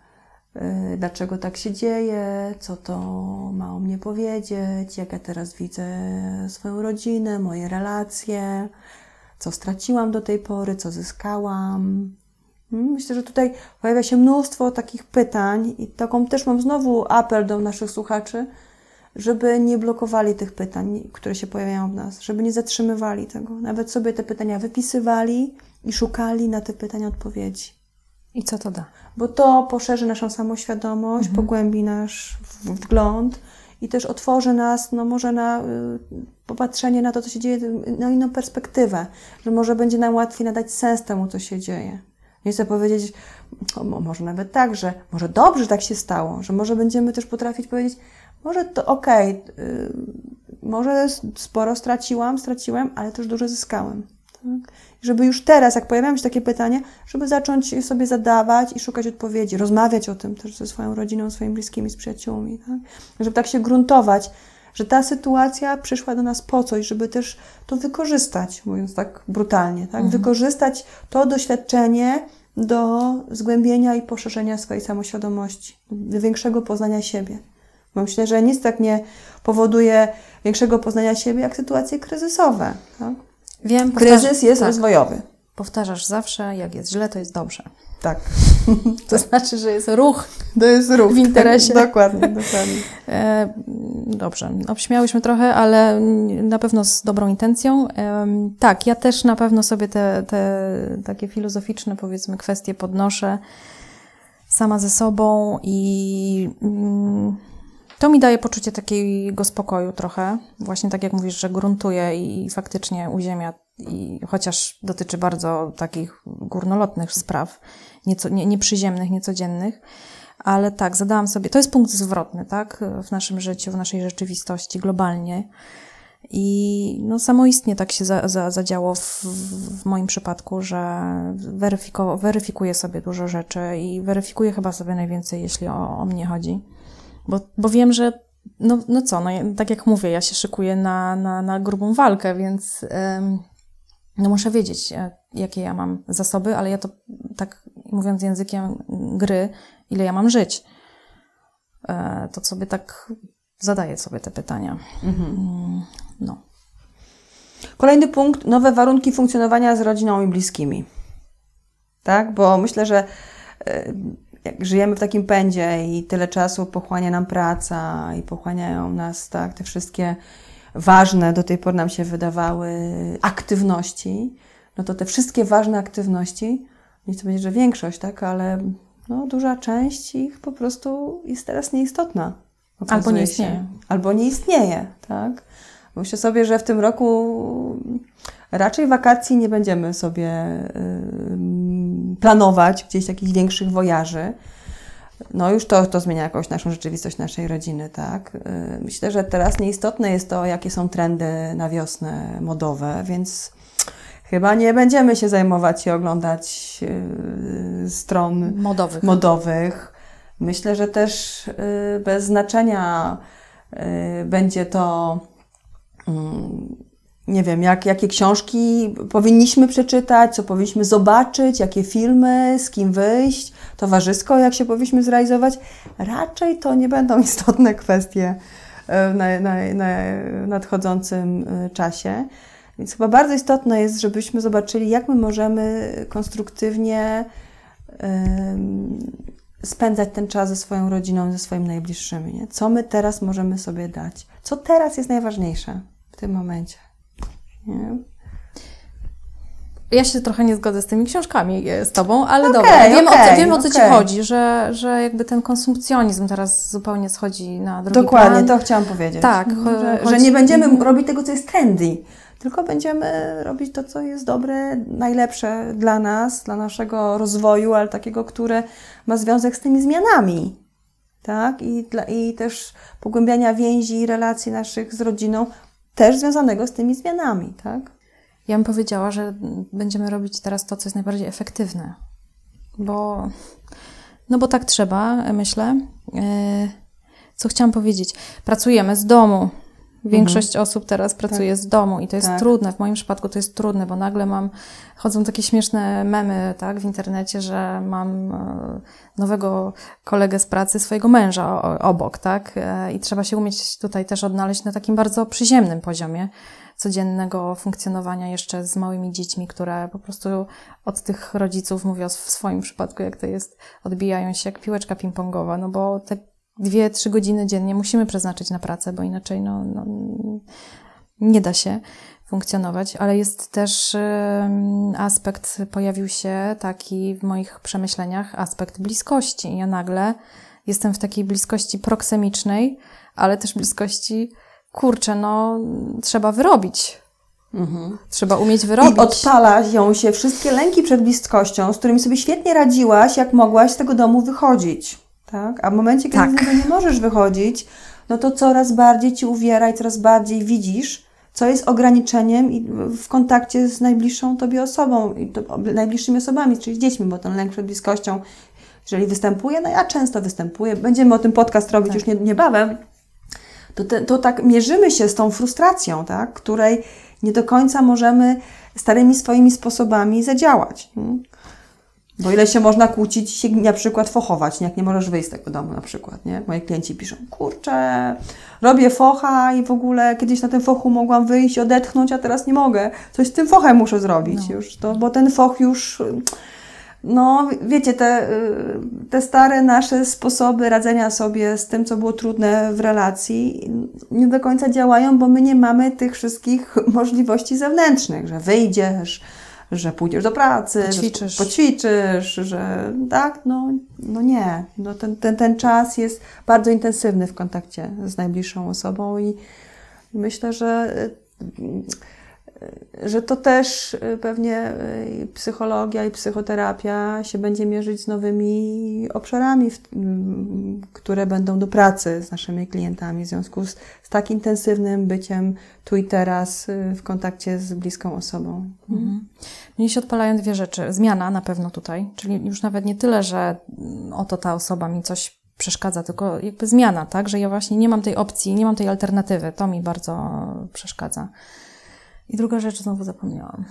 dlaczego tak się dzieje, co to ma o mnie powiedzieć, jak ja teraz widzę swoją rodzinę, moje relacje, co straciłam do tej pory, co zyskałam. Myślę, że tutaj pojawia się mnóstwo takich pytań i taką też mam znowu apel do naszych słuchaczy, żeby nie blokowali tych pytań, które się pojawiają w nas, żeby nie zatrzymywali tego. Nawet sobie te pytania wypisywali i szukali na te pytania odpowiedzi. I co to da? Bo to poszerzy naszą samoświadomość, mhm. pogłębi nasz wgląd i też otworzy nas, no może na y, popatrzenie na to, co się dzieje, na inną perspektywę, że może będzie nam łatwiej nadać sens temu, co się dzieje. Nie chcę powiedzieć, o, może nawet tak, że może dobrze, że tak się stało, że może będziemy też potrafić powiedzieć, może to okej, okay, y, może sporo straciłam, straciłem, ale też dużo zyskałem. Tak? Żeby już teraz, jak pojawiają się takie pytania, żeby zacząć sobie zadawać i szukać odpowiedzi, rozmawiać o tym też ze swoją rodziną, swoimi bliskimi, z przyjaciółmi. Tak? Żeby tak się gruntować, że ta sytuacja przyszła do nas po coś, żeby też to wykorzystać, mówiąc tak brutalnie. Tak? Mhm. Wykorzystać to doświadczenie do zgłębienia i poszerzenia swojej samoświadomości, do większego poznania siebie. Bo myślę, że nic tak nie powoduje większego poznania siebie, jak sytuacje kryzysowe. Tak? Wiem, kryzys jest tak. rozwojowy. Powtarzasz zawsze, jak jest źle, to jest dobrze. Tak. To znaczy, że jest ruch. To jest ruch. W interesie. Tak, dokładnie, dokładnie. E, dobrze. Obśmiałyśmy trochę, ale na pewno z dobrą intencją. E, tak, ja też na pewno sobie te, te takie filozoficzne, powiedzmy, kwestie podnoszę sama ze sobą i mm, to mi daje poczucie takiego spokoju trochę. Właśnie tak jak mówisz, że gruntuje i, i faktycznie uziemia, i chociaż dotyczy bardzo takich górnolotnych spraw, nieco, nie, nieprzyziemnych, niecodziennych, ale tak, zadałam sobie, to jest punkt zwrotny, tak, w naszym życiu, w naszej rzeczywistości, globalnie. I no, samoistnie tak się za, za, zadziało w, w moim przypadku, że weryfiko, weryfikuję sobie dużo rzeczy i weryfikuję chyba sobie najwięcej, jeśli o, o mnie chodzi. Bo, bo wiem, że no, no co, no, tak jak mówię, ja się szykuję na, na, na grubą walkę, więc ym, no muszę wiedzieć, jakie ja mam zasoby, ale ja to tak mówiąc językiem gry, ile ja mam żyć. E, to sobie tak zadaję sobie te pytania. Mhm. No. Kolejny punkt, nowe warunki funkcjonowania z rodziną i bliskimi. Tak? Bo myślę, że jak żyjemy w takim pędzie i tyle czasu pochłania nam praca i pochłaniają nas tak, te wszystkie ważne, do tej pory nam się wydawały aktywności, no to te wszystkie ważne aktywności, nie chcę powiedzieć, że większość, tak, ale no, duża część ich po prostu jest teraz nieistotna. Albo nie istnieje. Się. Albo nie istnieje, tak. Myślę sobie, że w tym roku raczej wakacji nie będziemy sobie y, planować gdzieś jakichś większych wojaży. No już to, to zmienia jakąś naszą rzeczywistość naszej rodziny, tak. Y, myślę, że teraz nieistotne jest to, jakie są trendy na wiosnę modowe, więc chyba nie będziemy się zajmować i oglądać y, stron modowych. modowych. Myślę, że też y, bez znaczenia y, będzie to nie wiem, jak, jakie książki powinniśmy przeczytać, co powinniśmy zobaczyć, jakie filmy, z kim wyjść, towarzysko, jak się powinniśmy zrealizować. Raczej to nie będą istotne kwestie w na, na, na nadchodzącym czasie. Więc chyba bardzo istotne jest, żebyśmy zobaczyli, jak my możemy konstruktywnie um, spędzać ten czas ze swoją rodziną, ze swoimi najbliższymi. Nie? Co my teraz możemy sobie dać? Co teraz jest najważniejsze w tym momencie? Nie? Ja się trochę nie zgodzę z tymi książkami z Tobą, ale okay, dobra, wiem, okay, o, wiem o co okay. Ci chodzi, że, że jakby ten konsumpcjonizm teraz zupełnie schodzi na drugi Dokładnie, plan. to chciałam powiedzieć. Tak. Że, chodzi... że nie będziemy mm. robić tego, co jest trendy, tylko będziemy robić to, co jest dobre, najlepsze dla nas, dla naszego rozwoju, ale takiego, które ma związek z tymi zmianami. Tak? I, dla, i też pogłębiania więzi i relacji naszych z rodziną, też związanego z tymi zmianami. Tak? Ja bym powiedziała, że będziemy robić teraz to, co jest najbardziej efektywne. Bo, no bo tak trzeba, myślę. Co chciałam powiedzieć? Pracujemy z domu. Większość mhm. osób teraz pracuje tak. z domu i to jest tak. trudne. W moim przypadku to jest trudne, bo nagle mam, chodzą takie śmieszne memy, tak, w internecie, że mam nowego kolegę z pracy, swojego męża obok, tak, i trzeba się umieć tutaj też odnaleźć na takim bardzo przyziemnym poziomie codziennego funkcjonowania jeszcze z małymi dziećmi, które po prostu od tych rodziców, mówię w swoim przypadku, jak to jest, odbijają się jak piłeczka ping-pongowa, no bo te dwie, trzy godziny dziennie musimy przeznaczyć na pracę, bo inaczej no, no, nie da się funkcjonować, ale jest też aspekt, pojawił się taki w moich przemyśleniach, aspekt bliskości. Ja nagle jestem w takiej bliskości proksemicznej, ale też bliskości, kurczę, no trzeba wyrobić. Mhm. Trzeba umieć wyrobić. I odpala ją się wszystkie lęki przed bliskością, z którymi sobie świetnie radziłaś, jak mogłaś z tego domu wychodzić. Tak? A w momencie, kiedy tak. z niego nie możesz wychodzić, no to coraz bardziej Ci uwiera i coraz bardziej widzisz, co jest ograniczeniem w kontakcie z najbliższą Tobie osobą, i to, najbliższymi osobami, czyli z dziećmi, bo ten lęk przed bliskością, jeżeli występuje, no ja często występuję, będziemy o tym podcast robić tak. już nie, niebawem, to, te, to tak mierzymy się z tą frustracją, tak? Której nie do końca możemy starymi swoimi sposobami zadziałać. Hmm? Bo ile się można kłócić, się na przykład fochować, nie? Jak nie możesz wyjść z tego domu na przykład, nie? Moi klienci piszą, kurczę, robię focha i w ogóle kiedyś na tym fochu mogłam wyjść, odetchnąć, a teraz nie mogę. Coś z tym fochem muszę zrobić no. już, to, bo ten foch już, no wiecie, te, te stare nasze sposoby radzenia sobie z tym, co było trudne w relacji, nie do końca działają, bo my nie mamy tych wszystkich możliwości zewnętrznych, że wyjdziesz, że pójdziesz do pracy, poćwiczysz, że poćwiczysz, że tak, no, no nie. No ten, ten, ten czas jest bardzo intensywny w kontakcie z najbliższą osobą i myślę, że, że to też pewnie psychologia i psychoterapia się będzie mierzyć z nowymi obszarami, które będą do pracy z naszymi klientami w związku z, z tak intensywnym byciem tu i teraz w kontakcie z bliską osobą. Mhm. Mnie się odpalają dwie rzeczy. Zmiana na pewno tutaj, czyli już nawet nie tyle, że oto ta osoba mi coś przeszkadza, tylko jakby zmiana, tak, że ja właśnie nie mam tej opcji, nie mam tej alternatywy. To mi bardzo przeszkadza. I druga rzecz, znowu zapomniałam.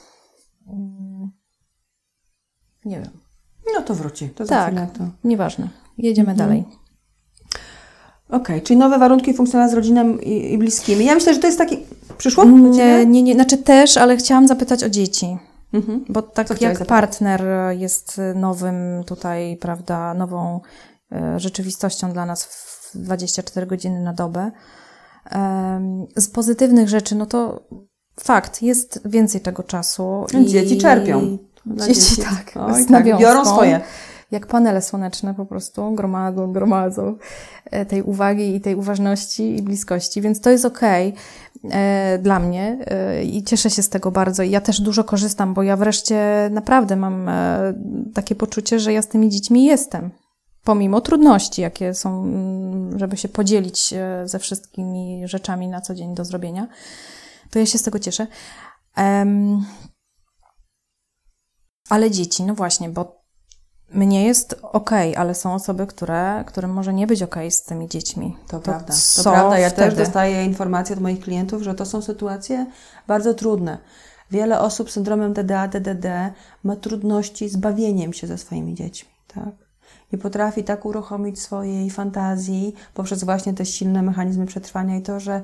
Nie wiem. No to wróci. To tak, to. Nieważne. Jedziemy mhm. dalej. Okej, okay, czyli nowe warunki funkcjonowania z rodziną i, i bliskimi. Ja myślę, że to jest taki... Przyszło? Nie, nie, nie. Znaczy też, ale chciałam zapytać o dzieci. Mhm. Bo tak jak partner jest nowym tutaj, prawda, nową e, rzeczywistością dla nas w dwadzieścia cztery godziny na dobę. E, z pozytywnych rzeczy, no to fakt, jest więcej tego czasu. I dzieci czerpią. Dzieci, dzieci tak, Oj, z tak, biorą swoje. Jak panele słoneczne po prostu gromadzą, gromadzą tej uwagi i tej uważności i bliskości, więc to jest okej e, dla mnie e, i cieszę się z tego bardzo i ja też dużo korzystam, bo ja wreszcie naprawdę mam e, takie poczucie, że ja z tymi dziećmi jestem, pomimo trudności, jakie są, żeby się podzielić e, ze wszystkimi rzeczami na co dzień do zrobienia, to ja się z tego cieszę. Um, ale dzieci, no właśnie, bo mnie jest okej, okay, ale są osoby, które, którym może nie być okej okay z tymi dziećmi. To, to prawda. To prawda. Ja wtedy? też dostaję informacje od moich klientów, że to są sytuacje bardzo trudne. Wiele osób z syndromem D D A, D D D ma trudności z bawieniem się ze swoimi dziećmi, tak? Nie potrafi tak uruchomić swojej fantazji poprzez właśnie te silne mechanizmy przetrwania i to, że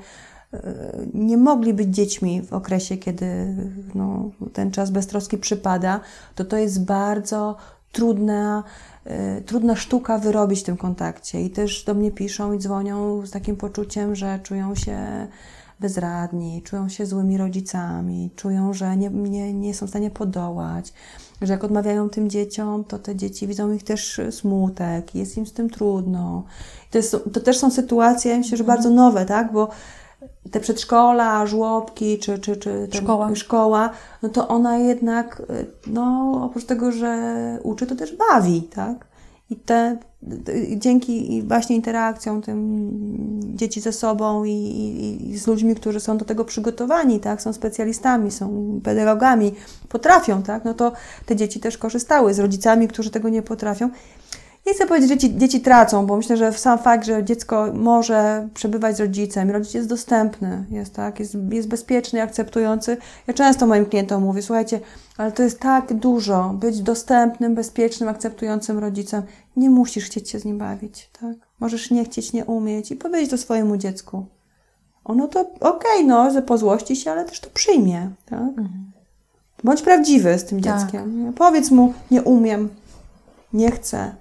nie mogli być dziećmi w okresie, kiedy no, ten czas beztroski przypada, to to jest bardzo trudna, y, trudna sztuka wyrobić w tym kontakcie. I też do mnie piszą i dzwonią z takim poczuciem, że czują się bezradni, czują się złymi rodzicami, czują, że nie, nie, nie są w stanie podołać, że jak odmawiają tym dzieciom, to te dzieci widzą ich też smutek, jest im z tym trudno. To, jest, to też są sytuacje, myślę, że bardzo nowe, tak? Bo te przedszkola, żłobki, czy, czy, czy szkoła. szkoła, no to ona jednak, no oprócz tego, że uczy, to też bawi, tak? I te, dzięki właśnie interakcjom tym dzieci ze sobą i, i, i z ludźmi, którzy są do tego przygotowani, tak? Są specjalistami, są pedagogami, potrafią, tak? No to te dzieci też korzystały z rodzicami, którzy tego nie potrafią. Nie chcę powiedzieć, że dzieci, dzieci tracą, bo myślę, że sam fakt, że dziecko może przebywać z rodzicem i rodzic jest dostępny, jest, tak, jest, jest bezpieczny, akceptujący. Ja często moim klientom mówię, słuchajcie, ale to jest tak dużo, być dostępnym, bezpiecznym, akceptującym rodzicem. Nie musisz chcieć się z nim bawić, tak? Możesz nie chcieć, nie umieć i powiedzieć to swojemu dziecku. Ono to okej, okay, no, że pozłości się, ale też to przyjmie, tak? Mhm. Bądź prawdziwy z tym dzieckiem. Tak. Powiedz mu, nie umiem, nie chcę.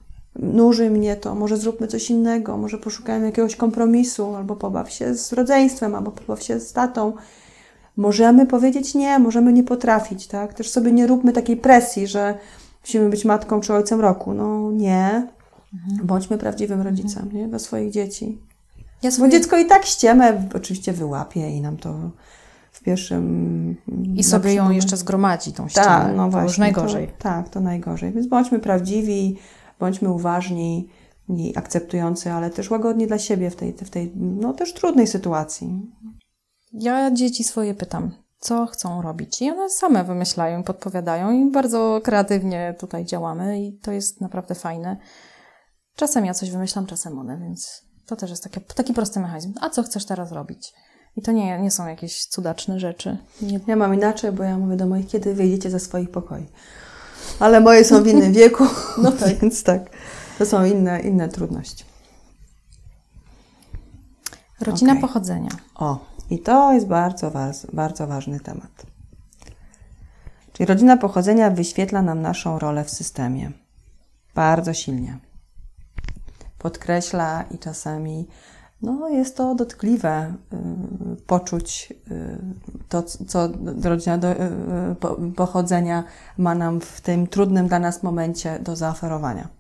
Nuży mnie to, może zróbmy coś innego, może poszukajmy jakiegoś kompromisu, albo pobaw się z rodzeństwem, albo pobaw się z tatą. Możemy powiedzieć nie, możemy nie potrafić, tak? Też sobie nie róbmy takiej presji, że musimy być matką czy ojcem roku. No nie. Mhm. Bądźmy prawdziwym rodzicem, mhm. nie? Dla swoich dzieci. Ja swoje... Bo dziecko i tak ściemę oczywiście wyłapie i nam to w pierwszym... I sobie ją jeszcze zgromadzi, tą ściemę. Tak, no właśnie. To już najgorzej. To, tak, to najgorzej. Więc bądźmy prawdziwi, bądźmy uważni i akceptujący, ale też łagodni dla siebie w tej, w tej no też trudnej sytuacji. Ja dzieci swoje pytam, co chcą robić. I one same wymyślają, podpowiadają i bardzo kreatywnie tutaj działamy i to jest naprawdę fajne. Czasem ja coś wymyślam, czasem one, więc to też jest taki, taki prosty mechanizm. A co chcesz teraz robić? I to nie, nie są jakieś cudaczne rzeczy. Nie... Ja mam inaczej, bo ja mówię do moich, kiedy wyjdziecie ze swoich pokoi. Ale moje są w innym wieku, no tak. Więc tak, to są inne, inne trudności. Rodzina okay. pochodzenia. O, i to jest bardzo, bardzo ważny temat. Czyli rodzina pochodzenia wyświetla nam naszą rolę w systemie. Bardzo silnie. Podkreśla i czasami no, jest to dotkliwe y, poczuć y, to, co rodzina do, y, po, pochodzenia ma nam w tym trudnym dla nas momencie do zaoferowania.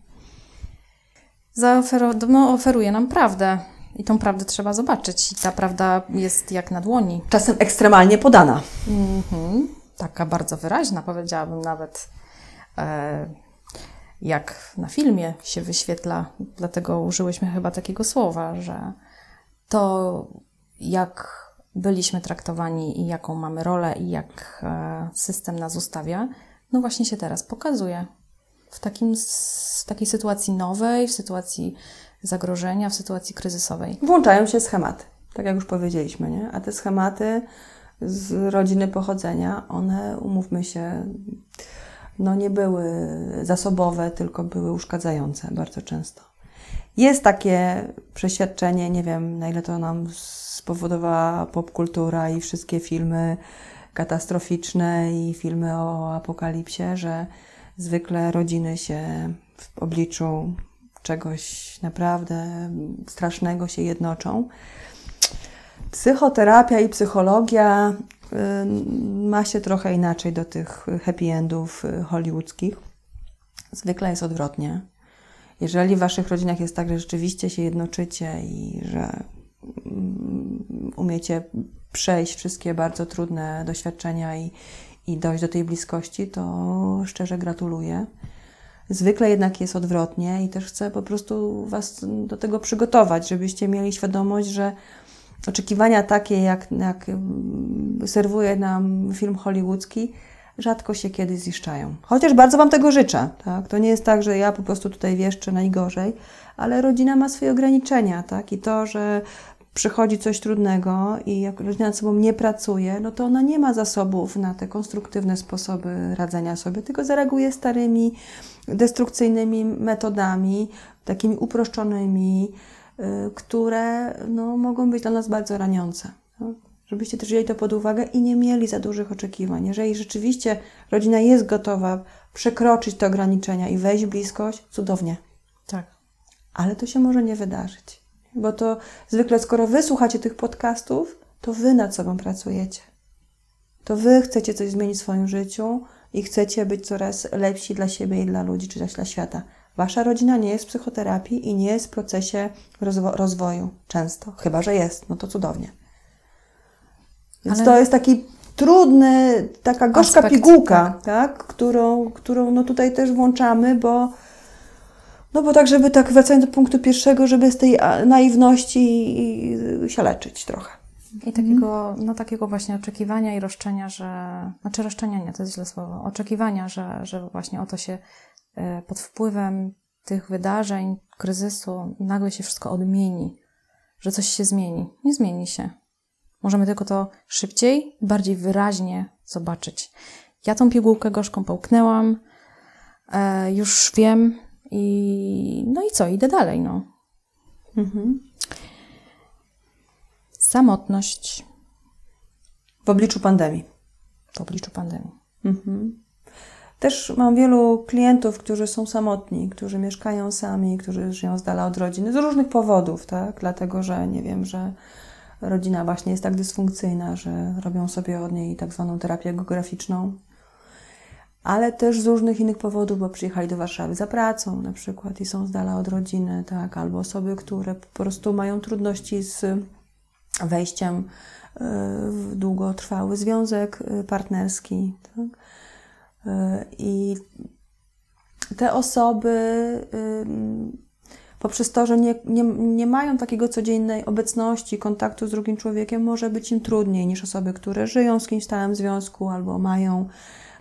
Zaofero- no, oferuje nam prawdę i tą prawdę trzeba zobaczyć. I ta prawda jest jak na dłoni. Czasem ekstremalnie podana. Mm-hmm. Taka bardzo wyraźna, powiedziałabym nawet. E- jak na filmie się wyświetla, dlatego użyłyśmy chyba takiego słowa, że to jak byliśmy traktowani i jaką mamy rolę i jak system nas ustawia, no właśnie się teraz pokazuje. W takim, w takiej sytuacji nowej, w sytuacji zagrożenia, w sytuacji kryzysowej. Włączają się schematy, tak jak już powiedzieliśmy, nie? A te schematy z rodziny pochodzenia, one, umówmy się, no nie były zasobowe, tylko były uszkadzające bardzo często. Jest takie przeświadczenie, nie wiem na ile to nam spowodowała popkultura i wszystkie filmy katastroficzne i filmy o apokalipsie, że zwykle rodziny się w obliczu czegoś naprawdę strasznego się jednoczą. Psychoterapia i psychologia ma się trochę inaczej do tych happy endów hollywoodzkich. Zwykle jest odwrotnie. Jeżeli w waszych rodzinach jest tak, że rzeczywiście się jednoczycie i że umiecie przejść wszystkie bardzo trudne doświadczenia i, i dojść do tej bliskości, to szczerze gratuluję. Zwykle jednak jest odwrotnie i też chcę po prostu was do tego przygotować, żebyście mieli świadomość, że oczekiwania takie, jak, jak serwuje nam film hollywoodzki, rzadko się kiedyś ziszczają. Chociaż bardzo Wam tego życzę. Tak? To nie jest tak, że ja po prostu tutaj wieszczę najgorzej, ale rodzina ma swoje ograniczenia. Tak? I to, że przychodzi coś trudnego i jak rodzina nad sobą nie pracuje, no to ona nie ma zasobów na te konstruktywne sposoby radzenia sobie, tylko zareaguje starymi, destrukcyjnymi metodami, takimi uproszczonymi, y, które no, mogą być dla nas bardzo raniące. No? Żebyście też wzięli to pod uwagę i nie mieli za dużych oczekiwań. Jeżeli rzeczywiście rodzina jest gotowa przekroczyć te ograniczenia i wejść w bliskość, cudownie. Tak. Ale to się może nie wydarzyć. Bo to zwykle, skoro Wy słuchacie tych podcastów, to Wy nad sobą pracujecie. To Wy chcecie coś zmienić w swoim życiu i chcecie być coraz lepsi dla siebie i dla ludzi, czy też dla świata. Wasza rodzina nie jest w psychoterapii i nie jest w procesie rozwo- rozwoju. Często. Chyba że jest. No to cudownie. Więc Ale... to jest taki trudny, taka gorzka Aspekt, pigułka, tak. Tak? Którą, którą no tutaj też włączamy, bo No bo tak, żeby tak wracając do punktu pierwszego, żeby z tej naiwności się leczyć trochę. I takiego, no takiego właśnie oczekiwania i roszczenia, że, znaczy roszczenia nie, to jest źle słowo, oczekiwania, że, że właśnie oto się pod wpływem tych wydarzeń, kryzysu nagle się wszystko odmieni, że coś się zmieni. Nie zmieni się. Możemy tylko to szybciej, bardziej wyraźnie zobaczyć. Ja tą pigułkę gorzką połknęłam, e, już wiem, I, no i co? Idę dalej, no. Mhm. Samotność. W obliczu pandemii. W obliczu pandemii. Mhm. Też mam wielu klientów, którzy są samotni, którzy mieszkają sami, którzy żyją z dala od rodziny z różnych powodów, tak? Dlatego, że nie wiem, że rodzina właśnie jest tak dysfunkcyjna, że robią sobie od niej tak zwaną terapię geograficzną. Ale też z różnych innych powodów, bo przyjechali do Warszawy za pracą na przykład i są z dala od rodziny, tak, albo osoby, które po prostu mają trudności z wejściem w długotrwały związek partnerski. Tak? I te osoby poprzez to, że nie, nie, nie mają takiego codziennej obecności, kontaktu z drugim człowiekiem, może być im trudniej niż osoby, które żyją z kimś w stałym związku albo mają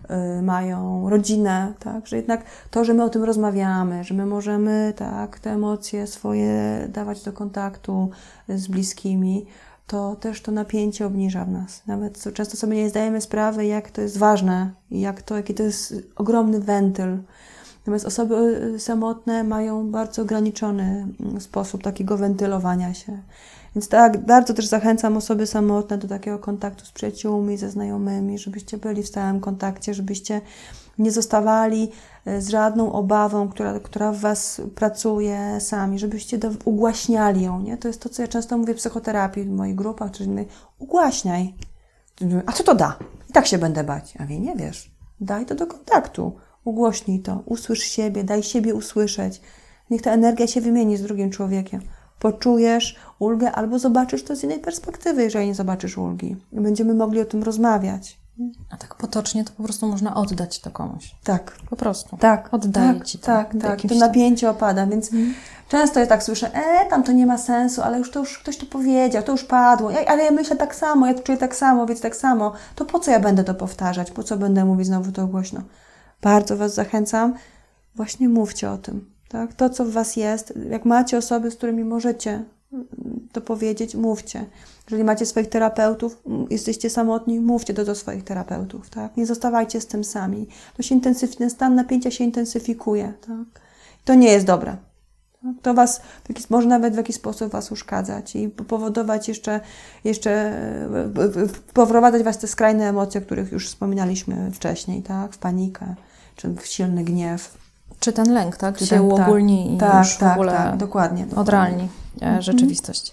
mają rodzinę, tak, że jednak to, że my o tym rozmawiamy, że my możemy, tak, te emocje swoje dawać do kontaktu z bliskimi, to też to napięcie obniża w nas. Nawet często sobie nie zdajemy sprawy, jak to jest ważne i jak to, jaki to jest ogromny wentyl. Natomiast osoby samotne mają bardzo ograniczony sposób takiego wentylowania się. Więc tak, bardzo też zachęcam osoby samotne do takiego kontaktu z przyjaciółmi, ze znajomymi, żebyście byli w stałym kontakcie, żebyście nie zostawali z żadną obawą, która, która w Was pracuje sami, żebyście do, ugłaśniali ją, nie? To jest to, co ja często mówię w psychoterapii, w moich grupach, czy innych. Ugłaśniaj. A co to da? I tak się będę bać. A wie, nie wiesz. Daj to do kontaktu. Ugłośnij to. Usłysz siebie, daj siebie usłyszeć. Niech ta energia się wymieni z drugim człowiekiem. Poczujesz ulgę albo zobaczysz to z innej perspektywy, jeżeli nie zobaczysz ulgi. I będziemy mogli o tym rozmawiać. A tak potocznie to po prostu można oddać to komuś. Tak. Po prostu. Tak. Oddaję tak, Ci to. Tak, tak. To napięcie opada, więc hmm. często ja tak słyszę, e, tam to nie ma sensu, ale już to już ktoś to powiedział, to już padło, ja, ale ja myślę tak samo, ja to czuję tak samo, więc tak samo. To po co ja będę to powtarzać? Po co będę mówić znowu to głośno? Bardzo Was zachęcam, właśnie mówcie o tym. Tak? To, co w Was jest, jak macie osoby, z którymi możecie to powiedzieć, mówcie. Jeżeli macie swoich terapeutów, jesteście samotni, mówcie to do swoich terapeutów. Tak? Nie zostawajcie z tym sami. To się intensyf- ten stan napięcia się intensyfikuje. Tak? To nie jest dobre. Tak? To was w jakiś, może nawet w jakiś sposób Was uszkadzać i powodować jeszcze, jeszcze poprowadzać Was te skrajne emocje, o których już wspominaliśmy wcześniej, tak? W panikę, czy w silny gniew. Czy ten lęk, tak? Czy się uogólni tak, i tak, już tak, w ogóle tak, dokładnie, dokładnie. odrealni mhm. rzeczywistość.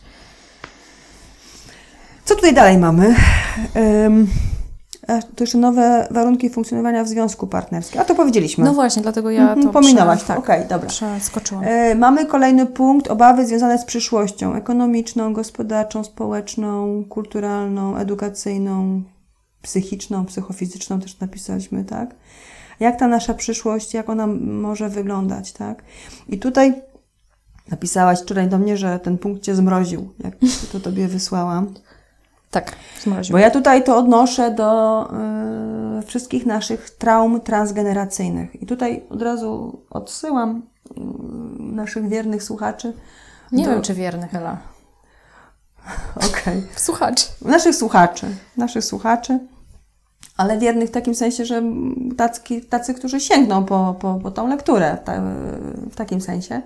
Co tutaj dalej mamy? Um, to jeszcze nowe warunki funkcjonowania w związku partnerskim. A to powiedzieliśmy. No właśnie, dlatego ja mhm, to pominęłaś. Prze... Tak, okej, okay, dobra. Przeskoczyłam. E, mamy kolejny punkt, obawy związane z przyszłością ekonomiczną, gospodarczą, społeczną, kulturalną, edukacyjną, psychiczną, psychofizyczną też napisaliśmy, tak? Jak ta nasza przyszłość, jak ona może wyglądać, tak? I tutaj napisałaś wczoraj do mnie, że ten punkt Cię zmroził, jak to Tobie wysłałam. Tak, zmroził. Bo ja tutaj to odnoszę do, wszystkich naszych traum transgeneracyjnych. I tutaj od razu odsyłam naszych wiernych słuchaczy. Nie do... wiem, czy wiernych, Ela. Okej. Okay. Słuchaczy. Naszych słuchaczy. Naszych słuchaczy. Ale wiernych w takim sensie, że tacy, tacy którzy sięgną po, po, po tą lekturę, w, ta, w takim sensie.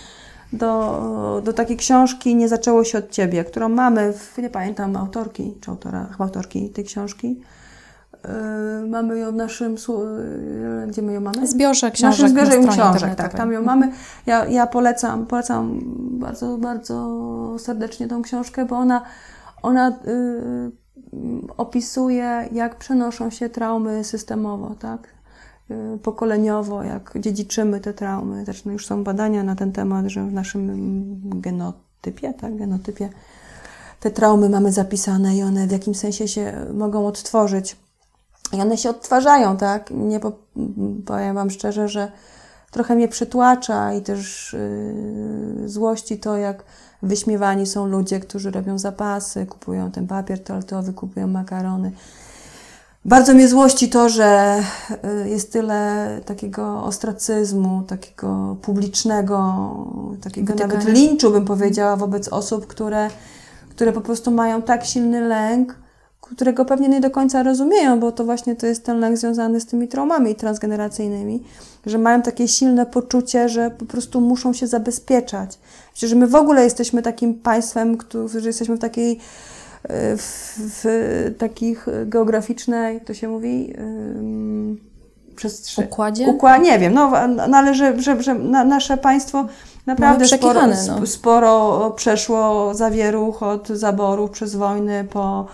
Do, do takiej książki Nie zaczęło się od Ciebie, którą mamy, w, nie pamiętam autorki, czy autora, chyba autorki tej książki. Yy, mamy ją w naszym, yy, gdzie my ją mamy? Zbiorze książek. W naszym zbiorze na książek, tak, tam ją mamy. Ja, ja polecam, polecam bardzo, bardzo serdecznie tą książkę, bo ona, ona yy, opisuje, jak przenoszą się traumy systemowo, tak? Yy, pokoleniowo, jak dziedziczymy te traumy. Zresztą już są badania na ten temat, że w naszym genotypie, tak, genotypie te traumy mamy zapisane i one w jakimś sensie się mogą odtworzyć. I one się odtwarzają, tak? Nie po, powiem Wam szczerze, że trochę mnie przytłacza i też yy, złości to, jak wyśmiewani są ludzie, którzy robią zapasy, kupują ten papier toaletowy, kupują makarony. Bardzo mnie złości to, że jest tyle takiego ostracyzmu, takiego publicznego, takiego Wytykania. Nawet linczu, bym powiedziała, wobec osób, które, które po prostu mają tak silny lęk, którego pewnie nie do końca rozumieją, bo to właśnie to jest ten lęk związany z tymi traumami transgeneracyjnymi, że mają takie silne poczucie, że po prostu muszą się zabezpieczać. Przecież my w ogóle jesteśmy takim państwem, którzy jesteśmy w takiej w, w takich geograficznej, to się mówi, um, przestrzeni. Układzie? Układ, nie wiem, no, no ale że, że, że na, nasze państwo naprawdę sporo, no. sporo przeszło zawieruch od zaborów przez wojny po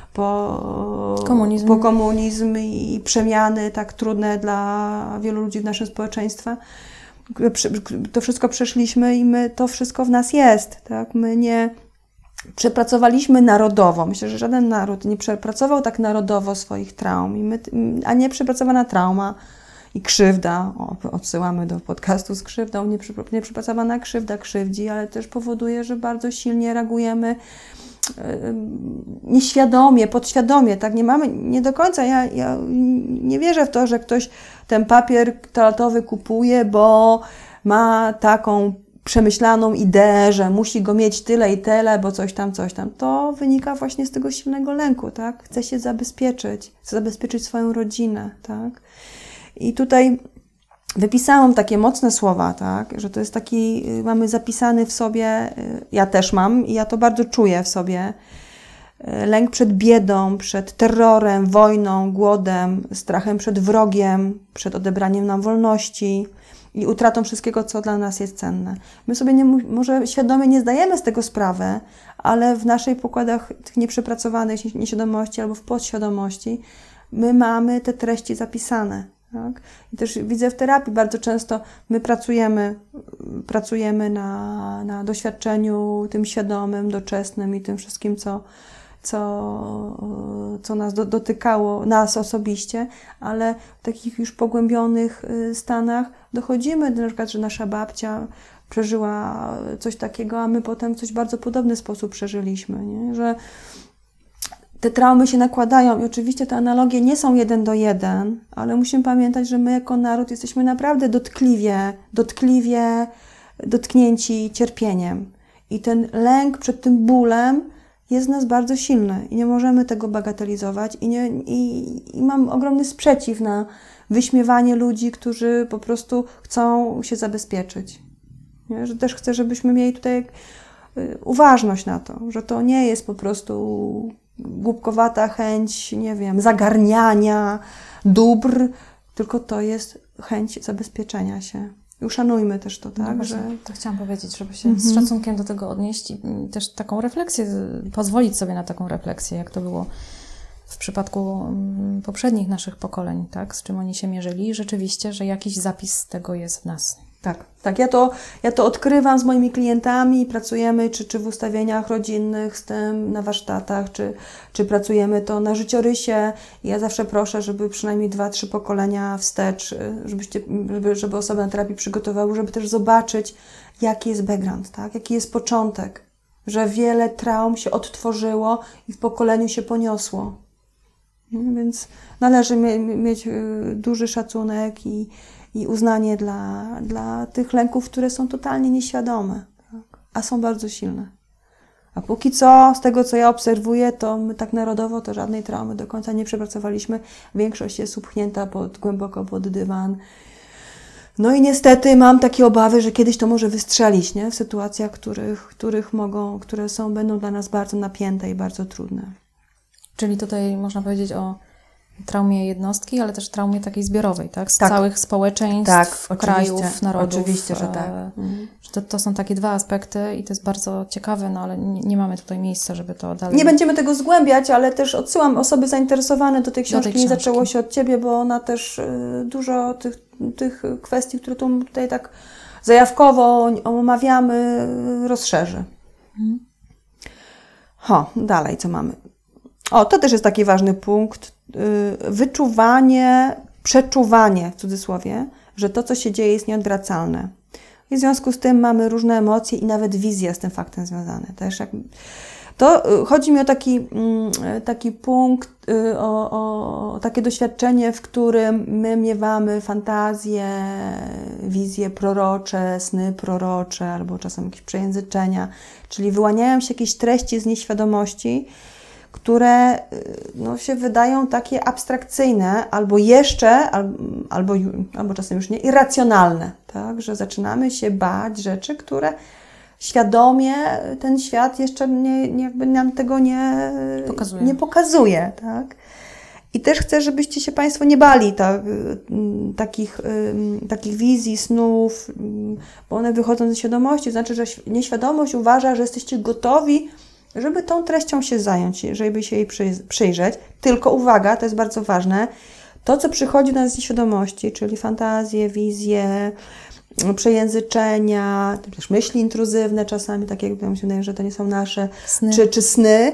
Po komunizm. po komunizm i przemiany tak trudne dla wielu ludzi w naszym społeczeństwie. To wszystko przeszliśmy i my, to wszystko w nas jest. Tak? My nie przepracowaliśmy narodowo. Myślę, że żaden naród nie przepracował tak narodowo swoich traum. I my, a nie przepracowana trauma i krzywda. O, odsyłamy do podcastu z krzywdą. Nie, nie przepracowana krzywda krzywdzi, ale też powoduje, że bardzo silnie reagujemy nieświadomie, podświadomie, tak, nie mamy, nie do końca, ja, ja nie wierzę w to, że ktoś ten papier toaletowy kupuje, bo ma taką przemyślaną ideę, że musi go mieć tyle i tyle, bo coś tam, coś tam. To wynika właśnie z tego silnego lęku, tak, chce się zabezpieczyć, chce zabezpieczyć swoją rodzinę, tak, i tutaj wypisałam takie mocne słowa, tak, że to jest taki, mamy zapisany w sobie, ja też mam i ja to bardzo czuję w sobie, lęk przed biedą, przed terrorem, wojną, głodem, strachem przed wrogiem, przed odebraniem nam wolności i utratą wszystkiego, co dla nas jest cenne. My sobie nie, może świadomie nie zdajemy z tego sprawy, ale w naszych pokładach tych nieprzepracowanych nieświadomości albo w podświadomości my mamy te treści zapisane. Tak? I też widzę w terapii bardzo często my pracujemy, pracujemy na, na doświadczeniu tym świadomym, doczesnym i tym wszystkim, co, co, co nas do, dotykało, nas osobiście, ale w takich już pogłębionych stanach dochodzimy do na przykład, że nasza babcia przeżyła coś takiego, a my potem coś w bardzo podobny sposób przeżyliśmy, nie? Że te traumy się nakładają i oczywiście te analogie nie są jeden do jeden, ale musimy pamiętać, że my jako naród jesteśmy naprawdę dotkliwie, dotkliwie dotknięci cierpieniem. I ten lęk przed tym bólem jest w nas bardzo silny i nie możemy tego bagatelizować i, nie, i, i mam ogromny sprzeciw na wyśmiewanie ludzi, którzy po prostu chcą się zabezpieczyć. Nie? Że też chcę, żebyśmy mieli tutaj uważność na to, że to nie jest po prostu głupkowata chęć, nie wiem, zagarniania dóbr, tylko to jest chęć zabezpieczenia się. I uszanujmy też to, tak? No że... To chciałam powiedzieć, żeby się Mhm. z szacunkiem do tego odnieść i też taką refleksję, pozwolić sobie na taką refleksję, jak to było w przypadku poprzednich naszych pokoleń, tak? Z czym oni się mierzyli. Rzeczywiście, że jakiś zapis tego jest w nas. Tak, tak. Ja to, ja to odkrywam z moimi klientami, pracujemy czy, czy w ustawieniach rodzinnych z tym, na warsztatach, czy, czy pracujemy to na życiorysie. Ja zawsze proszę, żeby przynajmniej dwa, trzy pokolenia wstecz, żebyście, żeby, żeby osoby na terapii przygotowały, żeby też zobaczyć, jaki jest background, tak? Jaki jest początek, że wiele traum się odtworzyło i w pokoleniu się poniosło. Nie? Więc należy mie- mieć duży szacunek i, i uznanie dla, dla tych lęków, które są totalnie nieświadome, tak? A są bardzo silne. A póki co, z tego co ja obserwuję, to my tak narodowo to żadnej traumy do końca nie przepracowaliśmy. Większość jest upchnięta pod, głęboko pod dywan. No i niestety mam takie obawy, że kiedyś to może wystrzelić, nie? W sytuacjach, których, których mogą, które są, będą dla nas bardzo napięte i bardzo trudne. Czyli tutaj można powiedzieć o traumie jednostki, ale też traumie takiej zbiorowej, tak? Z tak. całych społeczeństw, tak, krajów, narodów. Oczywiście, że tak. Mhm. To, to są takie dwa aspekty i to jest bardzo ciekawe, no ale nie, nie mamy tutaj miejsca, żeby to dalej... Nie będziemy tego zgłębiać, ale też odsyłam osoby zainteresowane do tej książki. Do tej Nie książki. zaczęło się od Ciebie, bo ona też y, dużo tych, tych kwestii, które tu tutaj tak zajawkowo omawiamy, rozszerzy. Mhm. Ho, dalej co mamy? O, to też jest taki ważny punkt. Y, wyczuwanie, przeczuwanie w cudzysłowie, że to, co się dzieje, jest nieodwracalne. I w związku z tym mamy różne emocje i nawet wizje z tym faktem związane. Też jak, to chodzi mi o taki, taki punkt, o, o takie doświadczenie, w którym my miewamy fantazje, wizje prorocze, sny prorocze, albo czasem jakieś przejęzyczenia, czyli wyłaniają się jakieś treści z nieświadomości, które no, się wydają takie abstrakcyjne, albo jeszcze, albo, albo, albo czasem już nie, irracjonalne, tak? Że zaczynamy się bać rzeczy, które świadomie ten świat jeszcze nie, nie, jakby nam tego nie pokazuje. Nie pokazuje, tak? I też chcę, żebyście się Państwo nie bali tak, takich, takich wizji, snów, bo one wychodzą ze świadomości, to znaczy, że nieświadomość uważa, że jesteście gotowi, żeby tą treścią się zająć, żeby się jej przyjrzeć. Tylko uwaga, to jest bardzo ważne, to, co przychodzi do nas z nieświadomości, czyli fantazje, wizje, przejęzyczenia, też myśli intruzywne czasami, tak jak mi się wydaje, że to nie są nasze, sny. Czy, czy sny,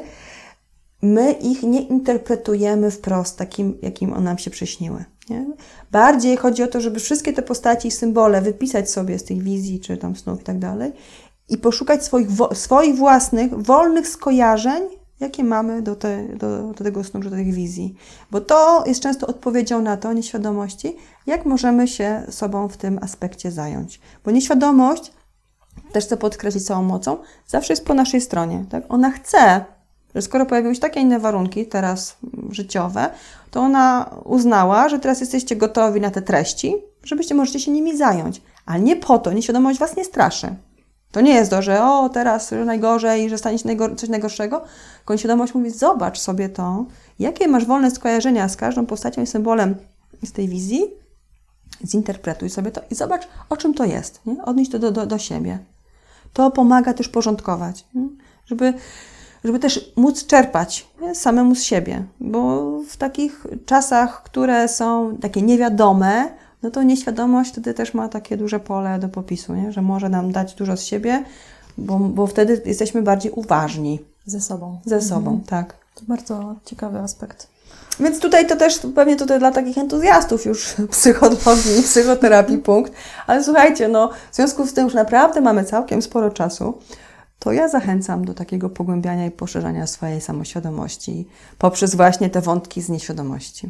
my ich nie interpretujemy wprost takim, jakim one nam się przyśniły. Nie? Bardziej chodzi o to, żeby wszystkie te postaci i symbole wypisać sobie z tych wizji, czy tam snów i tak dalej, i poszukać swoich, swoich własnych, wolnych skojarzeń, jakie mamy do, te, do, do tego snu, do tych wizji. Bo to jest często odpowiedzią na to, nieświadomości, jak możemy się sobą w tym aspekcie zająć. Bo nieświadomość, też chcę podkreślić całą mocą, zawsze jest po naszej stronie. Tak? Ona chce, że skoro pojawiły się takie inne warunki, teraz życiowe, to ona uznała, że teraz jesteście gotowi na te treści, żebyście możecie się nimi zająć. Ale nie po to, nieświadomość was nie straszy. To nie jest to, że o, teraz najgorzej, że stanie się najgor- coś najgorszego, tylko nieświadomość mówi, zobacz sobie to, jakie masz wolne skojarzenia z każdą postacią i symbolem z tej wizji, zinterpretuj sobie to i zobacz, o czym to jest. Nie? Odnieś to do, do, do siebie. To pomaga też porządkować, nie? Żeby, żeby też móc czerpać, nie? Samemu z siebie, bo w takich czasach, które są takie niewiadome, no to nieświadomość wtedy też ma takie duże pole do popisu, nie? Że może nam dać dużo z siebie, bo, bo wtedy jesteśmy bardziej uważni. Ze sobą. Ze sobą, mhm. Tak. To bardzo ciekawy aspekt. Więc tutaj to też pewnie tutaj dla takich entuzjastów już psychologii, psychoterapii punkt. Ale słuchajcie, no w związku z tym, że naprawdę mamy całkiem sporo czasu, to ja zachęcam do takiego pogłębiania i poszerzania swojej samoświadomości poprzez właśnie te wątki z nieświadomości.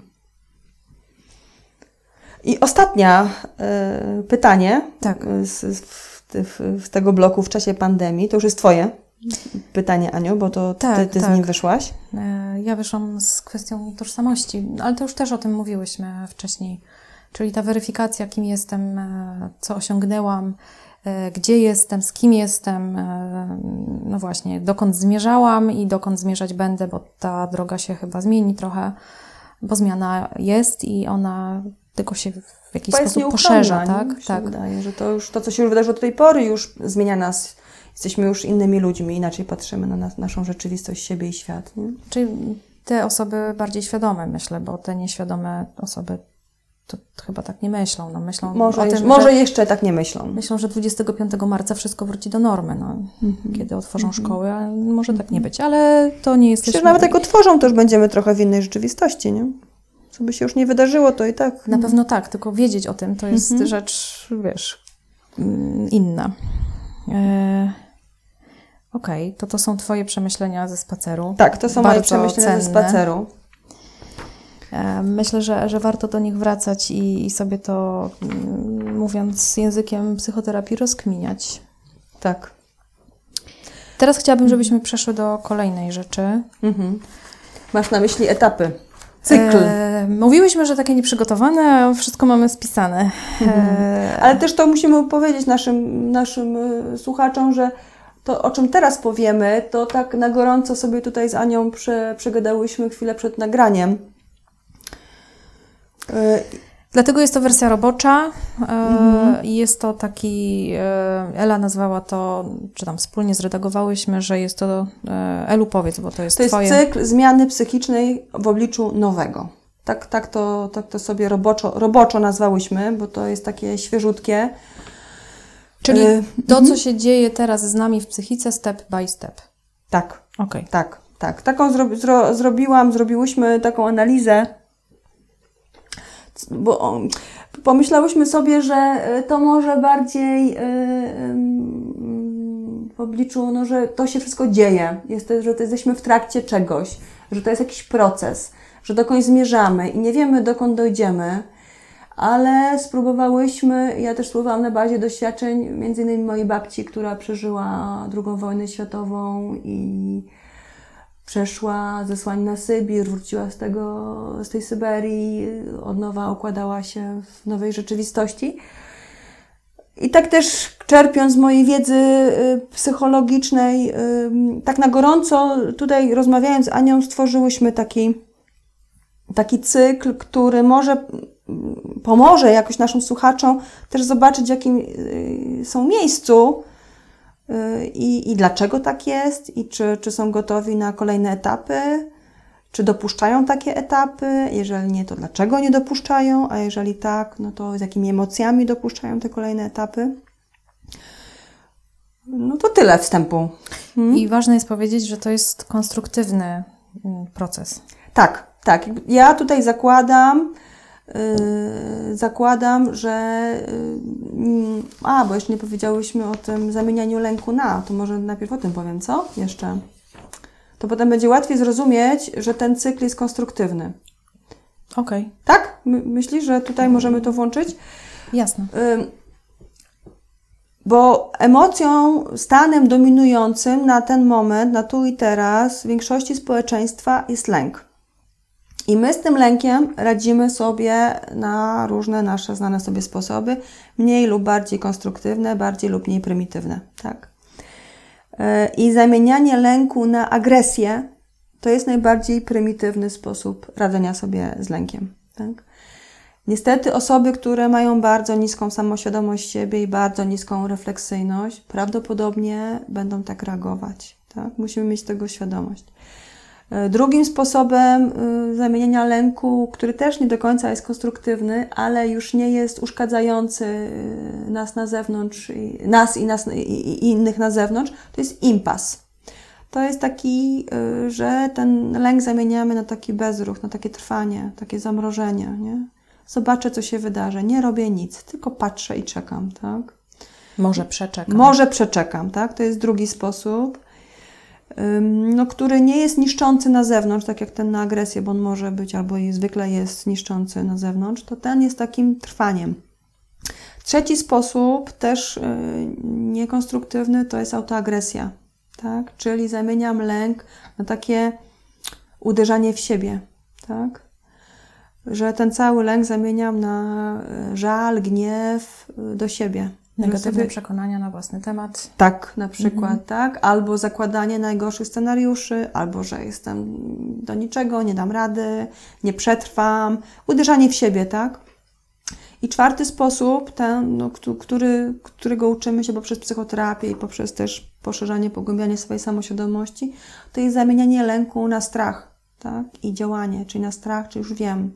I ostatnia y, pytanie tak. z, z, z, z tego bloku w czasie pandemii, to już jest Twoje pytanie, Aniu, bo to tak, Ty, ty tak. z nim wyszłaś. Ja wyszłam z kwestią tożsamości, ale to już też o tym mówiłyśmy wcześniej, czyli ta weryfikacja, kim jestem, co osiągnęłam, gdzie jestem, z kim jestem, no właśnie, dokąd zmierzałam i dokąd zmierzać będę, bo ta droga się chyba zmieni trochę, bo zmiana jest i ona tylko się w jakiś Bo sposób poszerza, tak? Mi się tak. wydaje, że to już to, co się już wydarzyło do tej pory, już zmienia nas. Jesteśmy już innymi ludźmi, inaczej patrzymy na nas, naszą rzeczywistość, siebie i świat. Nie? Czyli te osoby bardziej świadome, myślę, bo te nieświadome osoby to chyba tak nie myślą. No, myślą może, o jeszcze, tym, może jeszcze tak nie myślą. Myślą, że dwudziestego piątego marca wszystko wróci do normy, no, mm-hmm. kiedy otworzą mm-hmm. szkoły, ale może tak nie być, ale to nie jesteśmy... Przecież nawet jak otworzą, to już będziemy trochę w innej rzeczywistości, nie? Co by się już nie wydarzyło, to i tak... Na pewno tak, tylko wiedzieć o tym to jest mm-hmm. rzecz, wiesz, inna. E... Okej, okay, to to są Twoje przemyślenia ze spaceru. Tak, to są bardzo moje przemyślenia cenne. ze spaceru. Myślę, że, że warto do nich wracać i, i sobie to, mówiąc językiem psychoterapii, rozkminiać. Tak. Teraz chciałabym, żebyśmy przeszły do kolejnej rzeczy. Mhm. Masz na myśli etapy, cykl. E, mówiłyśmy, że takie nieprzygotowane, a wszystko mamy spisane. Mhm. E, Ale też to musimy powiedzieć naszym, naszym słuchaczom, że to, o czym teraz powiemy, to tak na gorąco sobie tutaj z Anią prze, przegadałyśmy chwilę przed nagraniem. Dlatego jest to wersja robocza Mhm. i jest to taki, Ela nazwała to, czy tam wspólnie zredagowałyśmy, że jest to, Elu powiedz, bo to jest To jest twoje... cykl zmiany psychicznej w obliczu nowego. Tak, tak, to, tak to sobie roboczo, roboczo nazwałyśmy, bo to jest takie świeżutkie. Czyli y- to, mhm. co się dzieje teraz z nami w psychice, step by step. Tak, Okej. tak, tak. Taką zro, zro, zrobiłam, zrobiłyśmy taką analizę, bo o, pomyślałyśmy sobie, że to może bardziej yy, yy, w obliczu, no, że to się wszystko dzieje, jest, że to jesteśmy w trakcie czegoś, że to jest jakiś proces, że dokądś zmierzamy i nie wiemy, dokąd dojdziemy, ale spróbowałyśmy, ja też spróbowałam na bazie doświadczeń między innymi mojej babci, która przeżyła drugą wojnę światową i przeszła zesłanie na Sybir, wróciła z tego, z tej Syberii, od nowa układała się w nowej rzeczywistości. I tak też czerpiąc z mojej wiedzy psychologicznej, tak na gorąco tutaj rozmawiając z Anią stworzyłyśmy taki, taki cykl, który może pomoże jakoś naszym słuchaczom też zobaczyć, w jakim są miejscu i, i dlaczego tak jest, i czy, czy są gotowi na kolejne etapy, czy dopuszczają takie etapy, jeżeli nie, to dlaczego nie dopuszczają, a jeżeli tak, no to z jakimi emocjami dopuszczają te kolejne etapy. No to tyle wstępu. Hmm? I ważne jest powiedzieć, że to jest konstruktywny proces. Tak, tak. Ja tutaj zakładam, Yy, zakładam, że yy, a, bo jeszcze nie powiedziałyśmy o tym zamienianiu lęku na, to może najpierw o tym powiem, co? Jeszcze. To potem będzie łatwiej zrozumieć, że ten cykl jest konstruktywny. Okej. Okay. Tak? My, myślisz, że tutaj możemy to włączyć? Jasne. Yy, bo emocją, stanem dominującym na ten moment, na tu i teraz w większości społeczeństwa jest lęk. I my z tym lękiem radzimy sobie na różne nasze znane sobie sposoby, mniej lub bardziej konstruktywne, bardziej lub mniej prymitywne, tak? I zamienianie lęku na agresję to jest najbardziej prymitywny sposób radzenia sobie z lękiem, tak? Niestety osoby, które mają bardzo niską samoświadomość siebie i bardzo niską refleksyjność, prawdopodobnie będą tak reagować, tak? Musimy mieć tego świadomość. Drugim sposobem zamieniania lęku, który też nie do końca jest konstruktywny, ale już nie jest uszkadzający nas na zewnątrz, nas i, nas, i innych na zewnątrz, to jest impas. To jest taki, że ten lęk zamieniamy na taki bezruch, na takie trwanie, takie zamrożenie, nie? Zobaczę, co się wydarzy. Nie robię nic, tylko patrzę i czekam, tak? Może przeczekam. Może przeczekam, tak? To jest drugi sposób. No, który nie jest niszczący na zewnątrz, tak jak ten na agresję, bo on może być albo i zwykle jest niszczący na zewnątrz, to ten jest takim trwaniem. Trzeci sposób, też niekonstruktywny, to jest autoagresja, tak? Czyli zamieniam lęk na takie uderzanie w siebie, tak? Że ten cały lęk zamieniam na żal, gniew do siebie. Negatywne sobie... przekonania na własny temat. Tak, na przykład, mhm. tak. Albo zakładanie najgorszych scenariuszy, albo że jestem do niczego, nie dam rady, nie przetrwam. Uderzanie w siebie, tak. I czwarty sposób, ten, no, który, którego uczymy się poprzez psychoterapię i poprzez też poszerzanie, pogłębianie swojej samoświadomości, to jest zamienianie lęku na strach, tak. I działanie, czyli na strach, czy już wiem,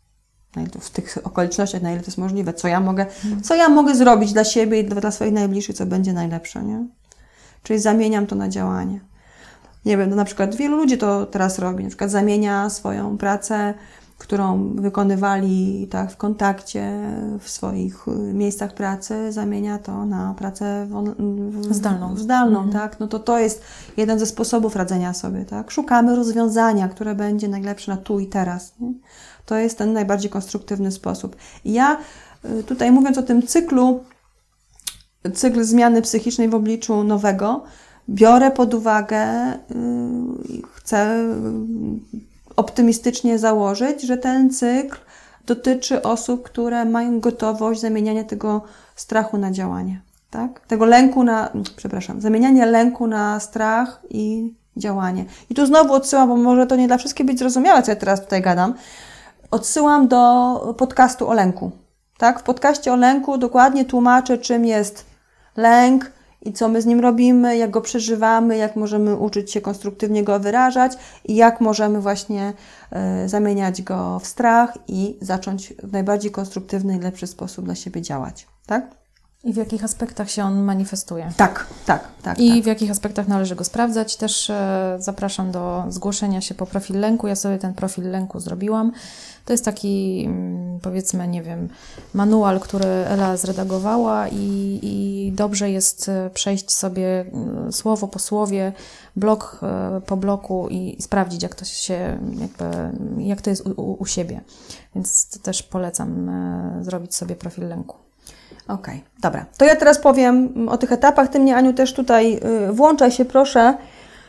w tych okolicznościach, na ile to jest możliwe, co ja mogę, co ja mogę zrobić dla siebie i dla swoich najbliższych, co będzie najlepsze, nie? Czyli zamieniam to na działanie. Nie wiem, no na przykład wielu ludzi to teraz robi, na przykład zamienia swoją pracę którą wykonywali tak, w kontakcie, w swoich miejscach pracy, zamienia to na pracę w, w, zdalną. zdalną mhm. tak? No to to jest jeden ze sposobów radzenia sobie. Tak? Szukamy rozwiązania, które będzie najlepsze na tu i teraz. Nie? To jest ten najbardziej konstruktywny sposób. I ja tutaj mówiąc o tym cyklu, cykl zmiany psychicznej w obliczu nowego, biorę pod uwagę, yy, chcę optymistycznie założyć, że ten cykl dotyczy osób, które mają gotowość zamieniania tego strachu na działanie. Tak? Tego lęku na, przepraszam, zamienianie lęku na strach i działanie. I tu znowu odsyłam, bo może to nie dla wszystkich być zrozumiałe, co ja teraz tutaj gadam, odsyłam do podcastu o lęku. Tak? W podcaście o lęku dokładnie tłumaczę, czym jest lęk i co my z nim robimy, jak go przeżywamy, jak możemy uczyć się konstruktywnie go wyrażać i jak możemy właśnie y, zamieniać go w strach i zacząć w najbardziej konstruktywny i lepszy sposób dla siebie działać. Tak? I w jakich aspektach się on manifestuje. Tak, tak, tak. I tak. w jakich aspektach należy go sprawdzać. Też e, zapraszam do zgłoszenia się po profil lęku. Ja sobie ten profil lęku zrobiłam. To jest taki, mm, powiedzmy, nie wiem, manual, który Ela zredagowała i, i dobrze jest przejść sobie y, słowo po słowie, blok y, po bloku i, i sprawdzić, jak to się, jakby, jak to jest u, u, u siebie. Więc też polecam y, zrobić sobie profil lęku. Okej, okay, dobra. To ja teraz powiem o tych etapach. Ty mnie, Aniu, też tutaj y, włączaj się, proszę,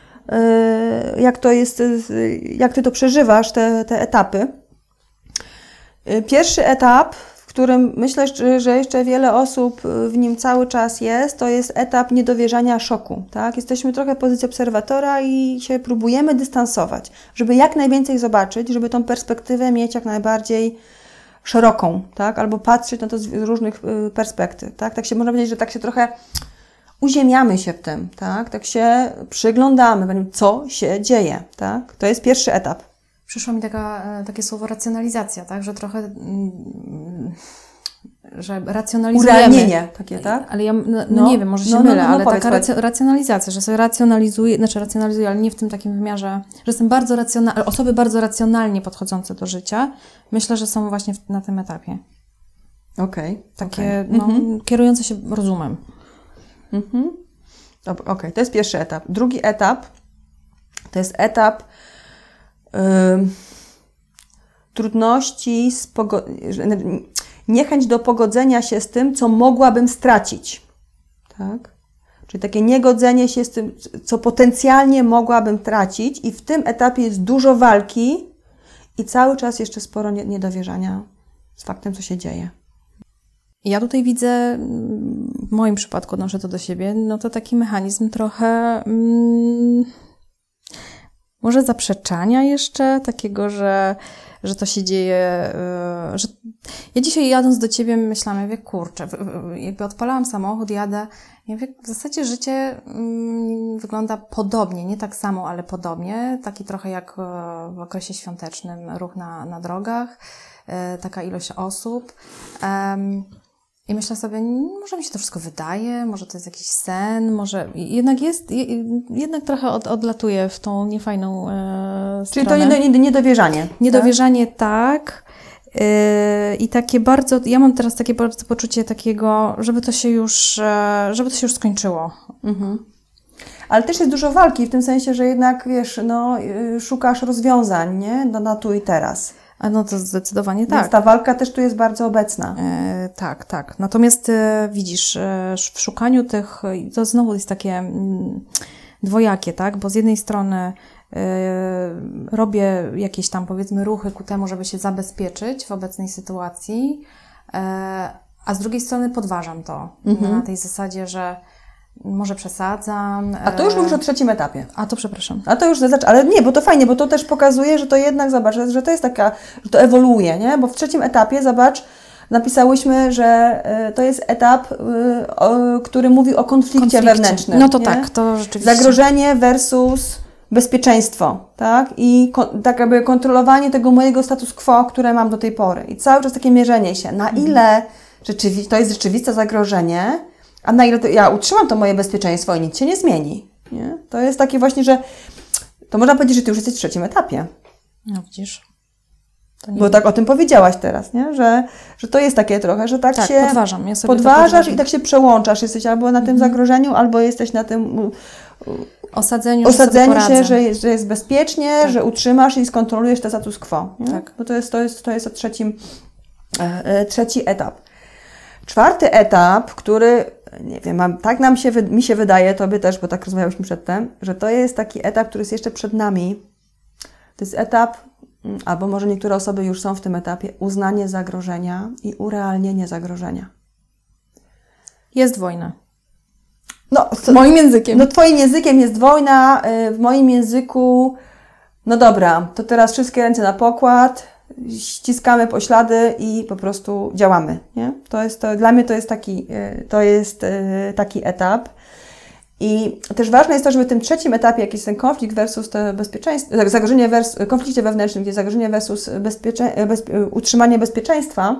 y, jak to jest, y, jak Ty to przeżywasz, te, te etapy. Y, pierwszy etap, w którym myślę, że jeszcze wiele osób w nim cały czas jest, to jest etap niedowierzania, szoku. Tak? Jesteśmy trochę w pozycji obserwatora i się próbujemy dystansować, żeby jak najwięcej zobaczyć, żeby tą perspektywę mieć jak najbardziej szeroką, tak? Albo patrzeć na to z różnych y, perspektyw, tak? Tak się można powiedzieć, że tak się trochę uziemiamy się w tym, tak? Tak się przyglądamy, co się dzieje, tak? To jest pierwszy etap. Przyszło mi taka, takie słowo racjonalizacja, tak? Że trochę, mm, że racjonalizujemy. Urealnienie takie, tak? Ale ja, no, no, no nie wiem, może się no, mylę, no, no, no, ale powiedz, taka powiedz. racjonalizacja, że sobie racjonalizuję, znaczy racjonalizuję, ale nie w tym takim wymiarze, że jestem bardzo racjonalna, osoby bardzo racjonalnie podchodzące do życia, myślę, że są właśnie w, na tym etapie. Okej. Okay, takie, okay. no, mhm. kierujące się rozumem. Mhm. Okej, okay. To jest pierwszy etap. Drugi etap to jest etap yy, trudności z pogo- niechęć do pogodzenia się z tym, co mogłabym stracić. Tak? Czyli takie niegodzenie się z tym, co potencjalnie mogłabym tracić i w tym etapie jest dużo walki i cały czas jeszcze sporo niedowierzania z faktem, co się dzieje. Ja tutaj widzę, w moim przypadku odnoszę to do siebie, no to taki mechanizm trochę mm, może zaprzeczania jeszcze, takiego, że, że to się dzieje, yy, że ja dzisiaj jadąc do Ciebie myślałam, ja mówię, kurczę, jakby odpalałam samochód, jadę, ja mówię, w zasadzie życie yy, wygląda podobnie, nie tak samo, ale podobnie, taki trochę jak yy, w okresie świątecznym, ruch na, na drogach, yy, taka ilość osób. Yy, I myślę sobie, może mi się to wszystko wydaje, może to jest jakiś sen, może jednak jest, jednak trochę od, odlatuje w tą niefajną e, Czyli stronę. to niedowierzanie. Niedowierzanie, niedowierzanie tak. tak e, I takie bardzo, ja mam teraz takie bardzo poczucie takiego, żeby to się już, e, żeby to się już skończyło. Mhm. Ale też jest dużo walki, w tym sensie, że jednak, wiesz, no, szukasz rozwiązań, nie? Na, na tu i teraz. A no to zdecydowanie tak. Więc ta walka też tu jest bardzo obecna. E, tak, tak. Natomiast e, widzisz, e, w szukaniu tych, to znowu jest takie mm, dwojakie, tak? Bo z jednej strony e, robię jakieś tam, powiedzmy, ruchy ku temu, żeby się zabezpieczyć w obecnej sytuacji, e, a z drugiej strony podważam to mhm. na tej zasadzie, że może przesadzam. A to już mówisz o trzecim etapie. A to przepraszam. A to już, ale nie, bo to fajnie, bo to też pokazuje, że to jednak, zobacz, że to jest taka, że to ewoluuje, nie? Bo w trzecim etapie, zobacz, napisałyśmy, że to jest etap, który mówi o konflikcie, konflikcie. wewnętrznym. No to nie? tak, to rzeczywiście. Zagrożenie versus bezpieczeństwo, tak? I kon, tak jakby kontrolowanie tego mojego status quo, które mam do tej pory. I cały czas takie mierzenie się, na mhm. ile rzeczywi- to jest rzeczywiste zagrożenie, a na ile to, ja utrzymam to moje bezpieczeństwo i nic się nie zmieni. Nie? To jest takie właśnie, że to można powiedzieć, że ty już jesteś w trzecim etapie. No widzisz. To nie Bo tak o tym powiedziałaś teraz, nie? Że, że to jest takie trochę, że tak, tak się podważam. Ja sobie podważasz i tak się przełączasz. Jesteś albo na tym mhm. zagrożeniu, albo jesteś na tym osadzeniu, osadzeniu że się, że jest, że jest bezpiecznie, tak. że utrzymasz i skontrolujesz ten status quo. Nie? Tak. Bo to jest, to jest, to jest trzecim, e, trzeci etap. Czwarty etap, który, nie wiem, mam, tak nam się, mi się wydaje, tobie też, bo tak rozmawiałyśmy przedtem, że to jest taki etap, który jest jeszcze przed nami. To jest etap, albo może niektóre osoby już są w tym etapie, uznanie zagrożenia i urealnienie zagrożenia. Jest wojna. No, to, moim językiem. No twoim językiem jest wojna, w moim języku, no dobra, to teraz wszystkie ręce na pokład, ściskamy poślady i po prostu działamy, nie? To jest to, dla mnie to jest taki, to jest taki etap. I też ważne jest to, żeby w tym trzecim etapie, jaki jest ten konflikt versus to bezpieczeństwo, zagrożenie versus, konflikcie wewnętrznym, gdzie zagrożenie versus bezpiecze, bez, utrzymanie bezpieczeństwa,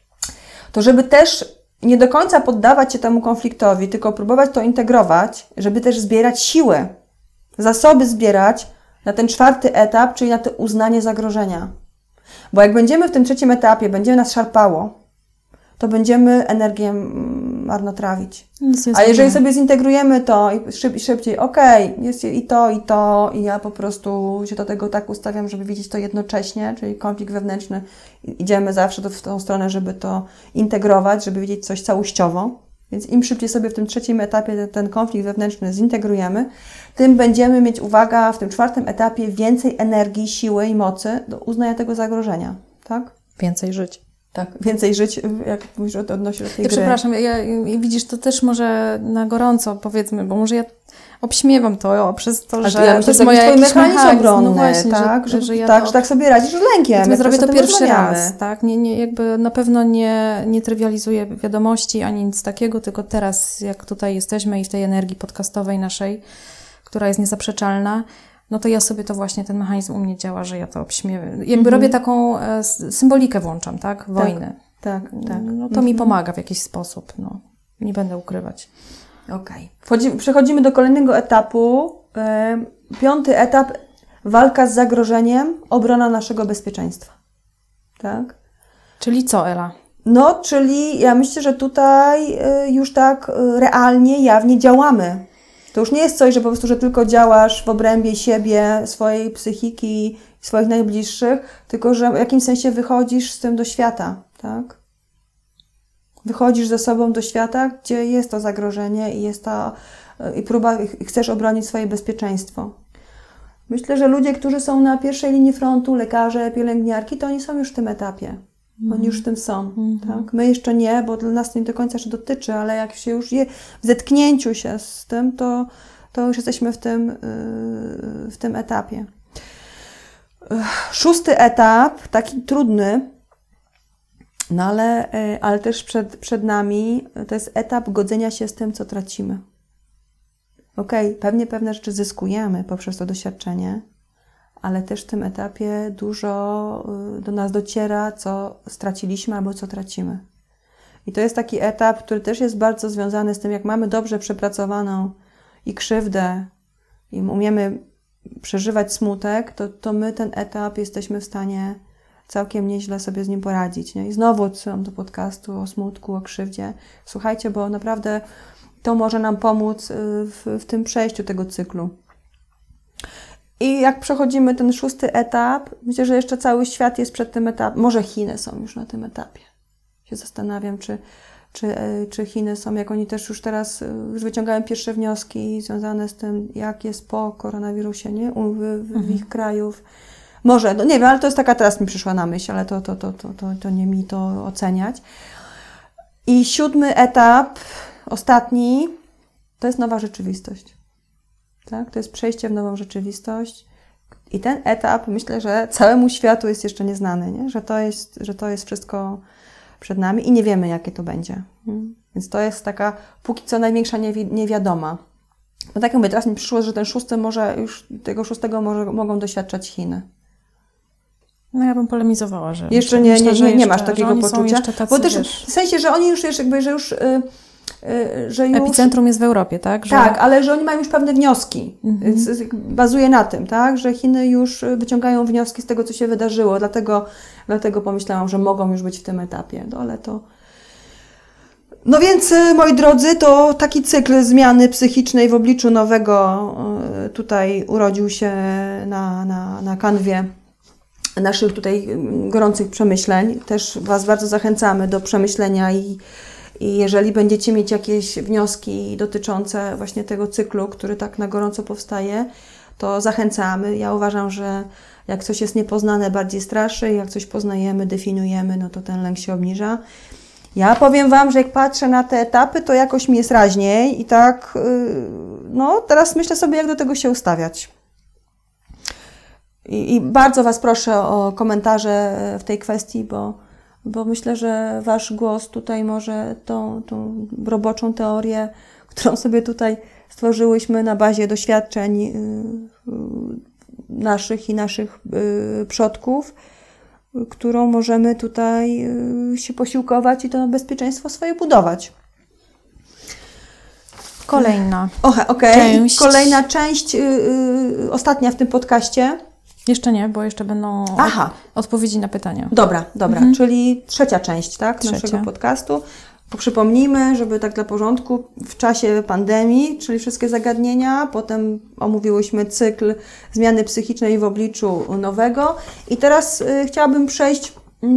to żeby też nie do końca poddawać się temu konfliktowi, tylko próbować to integrować, żeby też zbierać siłę, zasoby zbierać na ten czwarty etap, czyli na to uznanie zagrożenia. Bo jak będziemy w tym trzecim etapie, będzie nas szarpało, to będziemy energię marnotrawić. A jeżeli sobie zintegrujemy to i szyb, szybciej, okej, okay, jest i to, i to, i ja po prostu się do tego tak ustawiam, żeby widzieć to jednocześnie, czyli konflikt wewnętrzny, idziemy zawsze w tą stronę, żeby to integrować, żeby widzieć coś całościowo. Więc im szybciej sobie w tym trzecim etapie ten konflikt wewnętrzny zintegrujemy, tym będziemy mieć, uwaga, w tym czwartym etapie więcej energii, siły i mocy do uznania tego zagrożenia. Tak? Więcej żyć. Tak, więcej żyć, jak mówisz, odnosisz do tej ja gry. Przepraszam, ja, ja, widzisz, to też może na gorąco powiedzmy, bo może ja obśmiewam to o, przez to, Ale że to ja myślę, to jest że moja twój mechanizm obronny, no właśnie, tak, że, że, że ja tak, to, że tak sobie radzisz z lękiem. My zrobię to pierwszy rozmawiamy. raz, tak? Nie, nie, jakby na pewno nie, nie trywializuję wiadomości ani nic takiego, tylko teraz, jak tutaj jesteśmy i w tej energii podcastowej naszej, która jest niezaprzeczalna, no to ja sobie to właśnie, ten mechanizm u mnie działa, że ja to obśmiewam. Jakby mhm. robię taką e, symbolikę włączam, tak? Wojny. Tak, tak. No to mhm. mi pomaga w jakiś sposób, no. Nie będę ukrywać. Okej. Okay. Przechodzimy do kolejnego etapu. Piąty etap, walka z zagrożeniem, obrona naszego bezpieczeństwa. Tak? Czyli co, Ela? No, czyli ja myślę, że tutaj już tak realnie, jawnie działamy. To już nie jest coś, że po prostu, że tylko działasz w obrębie siebie, swojej psychiki, swoich najbliższych, tylko że w jakimś sensie wychodzisz z tym do świata, tak? Wychodzisz ze sobą do świata, gdzie jest to zagrożenie i jest ta i próba, i chcesz obronić swoje bezpieczeństwo. Myślę, że ludzie, którzy są na pierwszej linii frontu, lekarze, pielęgniarki, to oni są już w tym etapie. Mm. Oni już w tym są, mm. tak? My jeszcze nie, bo dla nas to nie do końca jeszcze dotyczy, ale jak się już je w zetknięciu się z tym, to, to już jesteśmy w tym, yy, w tym etapie. Szósty etap, taki trudny, no ale, ale też przed, przed nami, to jest etap godzenia się z tym, co tracimy. Okej, okay, pewnie pewne rzeczy zyskujemy poprzez to doświadczenie, ale też w tym etapie dużo do nas dociera, co straciliśmy albo co tracimy. I to jest taki etap, który też jest bardzo związany z tym, jak mamy dobrze przepracowaną i krzywdę, i umiemy przeżywać smutek, to, to my ten etap jesteśmy w stanie całkiem nieźle sobie z nim poradzić. Nie? I znowu odsyłam do podcastu o smutku, o krzywdzie. Słuchajcie, bo naprawdę to może nam pomóc w, w tym przejściu tego cyklu. I jak przechodzimy ten szósty etap, myślę, że jeszcze cały świat jest przed tym etapem. Może Chiny są już na tym etapie. Się zastanawiam, czy, czy, czy Chiny są, jak oni też już teraz już wyciągają pierwsze wnioski związane z tym, jak jest po koronawirusie, nie? W, w, mhm. w ich krajów. Może, no nie wiem, ale to jest taka, teraz mi przyszła na myśl, ale to, to, to, to, to, to nie mi to oceniać. I siódmy etap, ostatni, to jest nowa rzeczywistość. Tak? To jest przejście w nową rzeczywistość. I ten etap, myślę, że całemu światu jest jeszcze nieznany, nie? Że to jest, że to jest wszystko przed nami i nie wiemy, jakie to będzie. Hmm? Więc to jest taka, póki co, największa niewi- niewiadoma. Bo tak jak mówię, teraz mi przyszło, że ten szósty może, już tego szóstego może, mogą doświadczać Chiny. No ja bym polemizowała, że... Jeszcze nie, myślę, nie, że nie, nie jeszcze, masz takiego poczucia. Tacy, bo też wiesz... w sensie, że oni już, wiesz, jakby, że już... Yy, że już... Epicentrum jest w Europie, tak? Że... Tak, ale że oni mają już pewne wnioski. Mhm. Bazuje na tym, tak? Że Chiny już wyciągają wnioski z tego, co się wydarzyło. Dlatego, dlatego pomyślałam, że mogą już być w tym etapie. No ale to... No więc, moi drodzy, to taki cykl zmiany psychicznej w obliczu nowego tutaj urodził się na, na, na kanwie naszych tutaj gorących przemyśleń. Też Was bardzo zachęcamy do przemyślenia i, i jeżeli będziecie mieć jakieś wnioski dotyczące właśnie tego cyklu, który tak na gorąco powstaje, to zachęcamy. Ja uważam, że jak coś jest niepoznane, bardziej straszy, jak coś poznajemy, definiujemy, no to ten lęk się obniża. Ja powiem Wam, że jak patrzę na te etapy, to jakoś mi jest raźniej i tak, no teraz myślę sobie, jak do tego się ustawiać. I, i bardzo Was proszę o komentarze w tej kwestii, bo, bo myślę, że Wasz głos tutaj może tą, tą roboczą teorię, którą sobie tutaj stworzyłyśmy na bazie doświadczeń naszych i naszych przodków, którą możemy tutaj się posiłkować i to bezpieczeństwo swoje budować. Kolejna Ohe, okay. część. Kolejna część, yy, yy, ostatnia w tym podcaście. Jeszcze nie, bo jeszcze będą Aha. odpowiedzi na pytania. Dobra, dobra, mhm. czyli trzecia część, tak, trzecia. naszego podcastu. Przypomnijmy, żeby tak dla porządku, w czasie pandemii, czyli wszystkie zagadnienia, potem omówiłyśmy cykl zmiany psychicznej w obliczu nowego i teraz y, chciałabym przejść,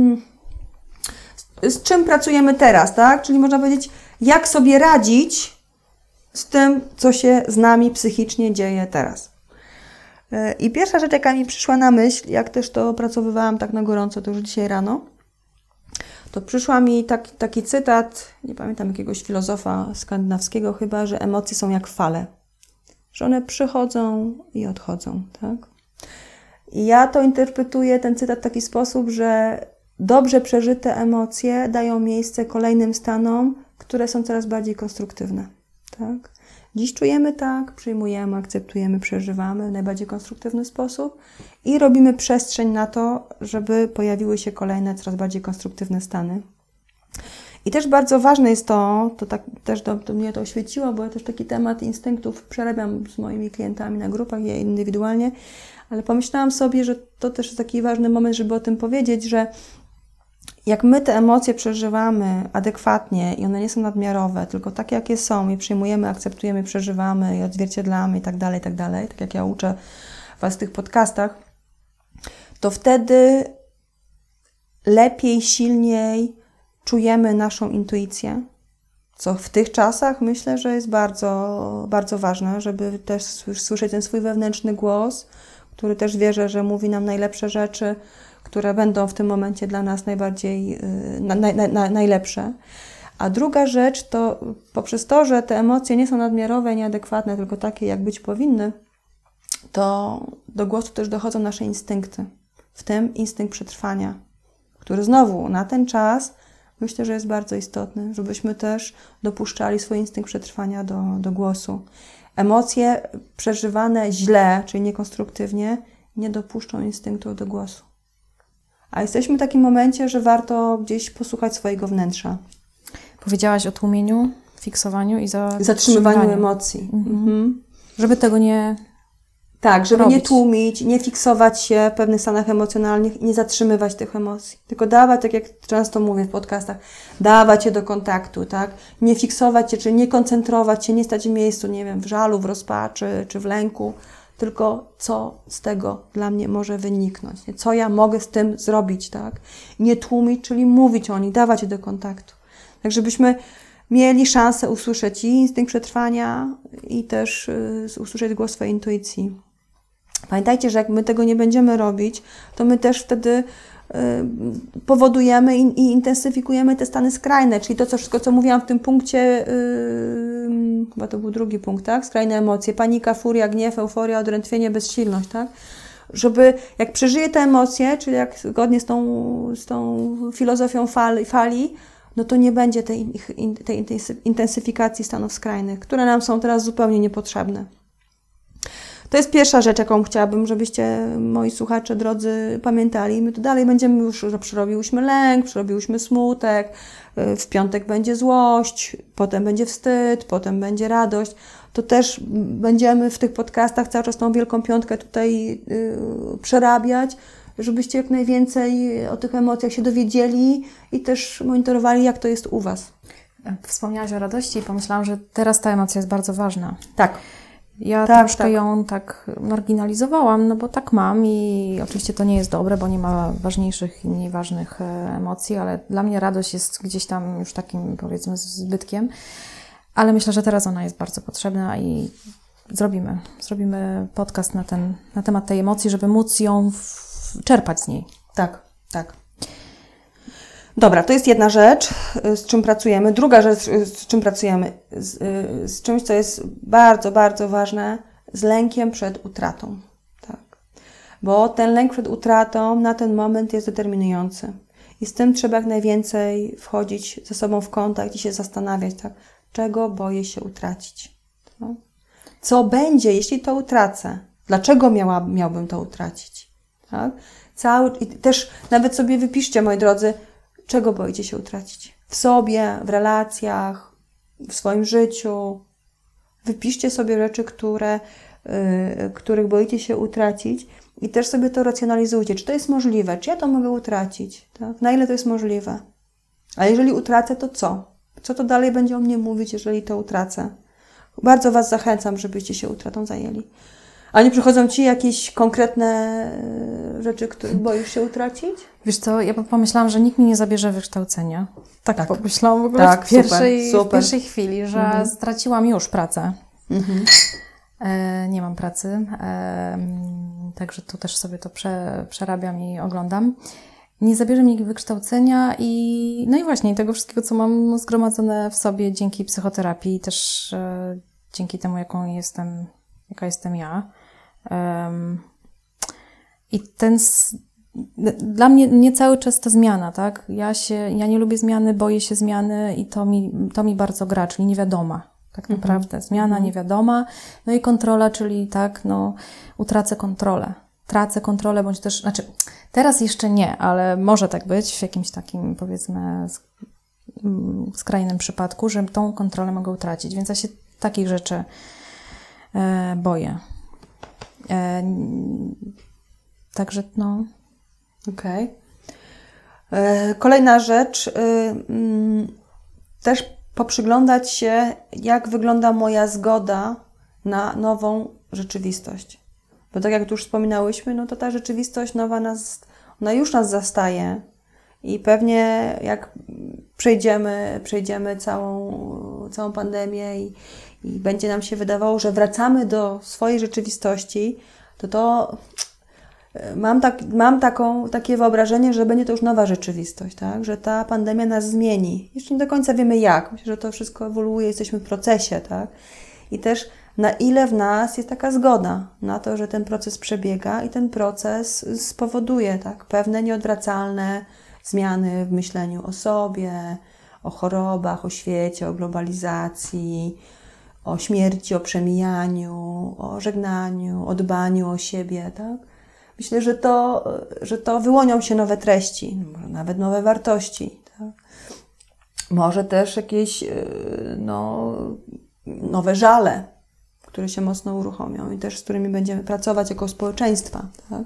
y, z czym pracujemy teraz, tak? Czyli można powiedzieć, jak sobie radzić z tym, co się z nami psychicznie dzieje teraz. Y, I pierwsza rzecz, jaka mi przyszła na myśl, jak też to opracowywałam tak na gorąco, to już dzisiaj rano, to przyszła mi taki, taki cytat, nie pamiętam jakiegoś filozofa skandynawskiego chyba, że emocje są jak fale, że one przychodzą i odchodzą, tak? I ja to interpretuję, ten cytat w taki sposób, że dobrze przeżyte emocje dają miejsce kolejnym stanom, które są coraz bardziej konstruktywne, tak? Dziś czujemy tak, przyjmujemy, akceptujemy, przeżywamy w najbardziej konstruktywny sposób i robimy przestrzeń na to, żeby pojawiły się kolejne, coraz bardziej konstruktywne stany. I też bardzo ważne jest to, to tak też do, do mnie to oświeciło, bo ja też taki temat instynktów przerabiam z moimi klientami na grupach i indywidualnie, ale pomyślałam sobie, że to też jest taki ważny moment, żeby o tym powiedzieć, że jak my te emocje przeżywamy adekwatnie i one nie są nadmiarowe, tylko takie, jakie są, je przyjmujemy, akceptujemy, przeżywamy i odzwierciedlamy i tak dalej, i tak dalej, tak jak ja uczę Was w tych podcastach, to wtedy lepiej, silniej czujemy naszą intuicję, co w tych czasach myślę, że jest bardzo, bardzo ważne, żeby też słyszeć ten swój wewnętrzny głos, który też wierzę, że mówi nam najlepsze rzeczy, które będą w tym momencie dla nas najbardziej, na, na, na, najlepsze. A druga rzecz to poprzez to, że te emocje nie są nadmiarowe, nieadekwatne, tylko takie, jak być powinny, to do głosu też dochodzą nasze instynkty, w tym instynkt przetrwania, który znowu na ten czas myślę, że jest bardzo istotny, żebyśmy też dopuszczali swój instynkt przetrwania do, do głosu. Emocje przeżywane źle, czyli niekonstruktywnie, nie dopuszczą instynktu do głosu. A jesteśmy w takim momencie, że warto gdzieś posłuchać swojego wnętrza. Powiedziałaś o tłumieniu, fiksowaniu i za... zatrzymywaniu emocji. Mhm. Mhm. Żeby tego nie Tak, żeby robić. nie tłumić, nie fiksować się w pewnych stanach emocjonalnych i nie zatrzymywać tych emocji. Tylko dawać, tak jak często mówię w podcastach, dawać je do kontaktu, tak? Nie fiksować się, czy nie koncentrować się, nie stać w miejscu, nie wiem, w żalu, w rozpaczy, czy w lęku, tylko co z tego dla mnie może wyniknąć, nie? Co ja mogę z tym zrobić, tak? Nie tłumić, czyli mówić o nich, dawać je do kontaktu. Tak, żebyśmy mieli szansę usłyszeć i instynkt przetrwania i też y, usłyszeć głos swojej intuicji. Pamiętajcie, że jak my tego nie będziemy robić, to my też wtedy y, powodujemy i, i intensyfikujemy te stany skrajne, czyli to co, wszystko, co mówiłam w tym punkcie, y, chyba to był drugi punkt, tak? Skrajne emocje, panika, furia, gniew, euforia, odrętwienie, bezsilność, tak? Żeby jak przeżyję te emocje, czyli jak zgodnie z tą, z tą filozofią fali, fali no to nie będzie tej, tej intensyfikacji stanów skrajnych, które nam są teraz zupełnie niepotrzebne. To jest pierwsza rzecz, jaką chciałabym, żebyście, moi słuchacze drodzy, pamiętali. My tu dalej będziemy już, że przerobiłyśmy lęk, przerobiłyśmy smutek, w piątek będzie złość, potem będzie wstyd, potem będzie radość. To też będziemy w tych podcastach cały czas tą Wielką Piątkę tutaj yy, przerabiać, żebyście jak najwięcej o tych emocjach się dowiedzieli i też monitorowali, jak to jest u Was. Wspomniałaś o radości i pomyślałam, że teraz ta emocja jest bardzo ważna. Tak. Ja tak, troszkę tak. ją tak marginalizowałam, no bo tak mam i oczywiście to nie jest dobre, bo nie ma ważniejszych i mniej ważnych emocji, ale dla mnie radość jest gdzieś tam już takim, powiedzmy, zbytkiem. Ale myślę, że teraz ona jest bardzo potrzebna i zrobimy, zrobimy podcast na, ten, na temat tej emocji, żeby móc ją w, czerpać z niej. Tak, tak. Dobra, to jest jedna rzecz, z czym pracujemy. Druga rzecz, z czym pracujemy, z, z czymś, co jest bardzo, bardzo ważne, z lękiem przed utratą. Tak. Bo ten lęk przed utratą na ten moment jest determinujący. I z tym trzeba jak najwięcej wchodzić ze sobą w kontakt i się zastanawiać, tak, czego boję się utracić. No? Co będzie, jeśli to utracę? Dlaczego miała, miałbym to utracić? Tak? Cały, i też nawet sobie wypiszcie, moi drodzy, czego boicie się utracić? W sobie, w relacjach, w swoim życiu. Wypiszcie sobie rzeczy, które, yy, których boicie się utracić i też sobie to racjonalizujcie. Czy to jest możliwe? Czy ja to mogę utracić? Tak? Na ile to jest możliwe? A jeżeli utracę, to co? Co to dalej będzie o mnie mówić, jeżeli to utracę? Bardzo Was zachęcam, żebyście się utratą zajęli. A nie przychodzą Ci jakieś konkretne rzeczy, których boisz się utracić? Wiesz co, ja pomyślałam, że nikt mi nie zabierze wykształcenia. Tak, tak. pomyślałam w ogóle tak, w, pierwszej, super, super. w pierwszej chwili, że mhm. straciłam już pracę. Mhm. E, nie mam pracy, e, także tu też sobie to prze, przerabiam i oglądam. Nie zabierze mi wykształcenia i no i właśnie tego wszystkiego, co mam zgromadzone w sobie dzięki psychoterapii, też e, dzięki temu, jaką jestem, jaka jestem ja. Um, I ten, dla mnie nie cały czas ta zmiana, tak? Ja się, ja nie lubię zmiany, boję się zmiany i to mi, to mi bardzo gra, czyli niewiadoma, tak mhm. naprawdę. Zmiana mhm. niewiadoma, no i kontrola, czyli tak, no, utracę kontrolę. Tracę kontrolę, bądź też, znaczy, teraz jeszcze nie, ale może tak być w jakimś takim, powiedzmy, skrajnym przypadku, że tą kontrolę mogę utracić, więc ja się takich rzeczy e, boję. E, także no. Okej. Okay. Kolejna rzecz. Y, y, też poprzyglądać się, jak wygląda moja zgoda na nową rzeczywistość. Bo tak jak tu już wspominałyśmy, no to ta rzeczywistość nowa nas, ona już nas zastaje. I pewnie jak przejdziemy, przejdziemy całą, całą pandemię i, i będzie nam się wydawało, że wracamy do swojej rzeczywistości, to to mam, tak, mam taką, takie wyobrażenie, że będzie to już nowa rzeczywistość, tak? Że ta pandemia nas zmieni. Jeszcze nie do końca wiemy jak. Myślę, że to wszystko ewoluuje, jesteśmy w procesie, tak? I też na ile w nas jest taka zgoda na to, że ten proces przebiega i ten proces spowoduje, tak? Pewne nieodwracalne zmiany w myśleniu o sobie, o chorobach, o świecie, o globalizacji, o śmierci, o przemijaniu, o żegnaniu, o dbaniu o siebie, tak? Myślę, że to, że to wyłonią się nowe treści, może nawet nowe wartości, tak? Może też jakieś no, nowe żale, które się mocno uruchomią i też z którymi będziemy pracować jako społeczeństwa, tak?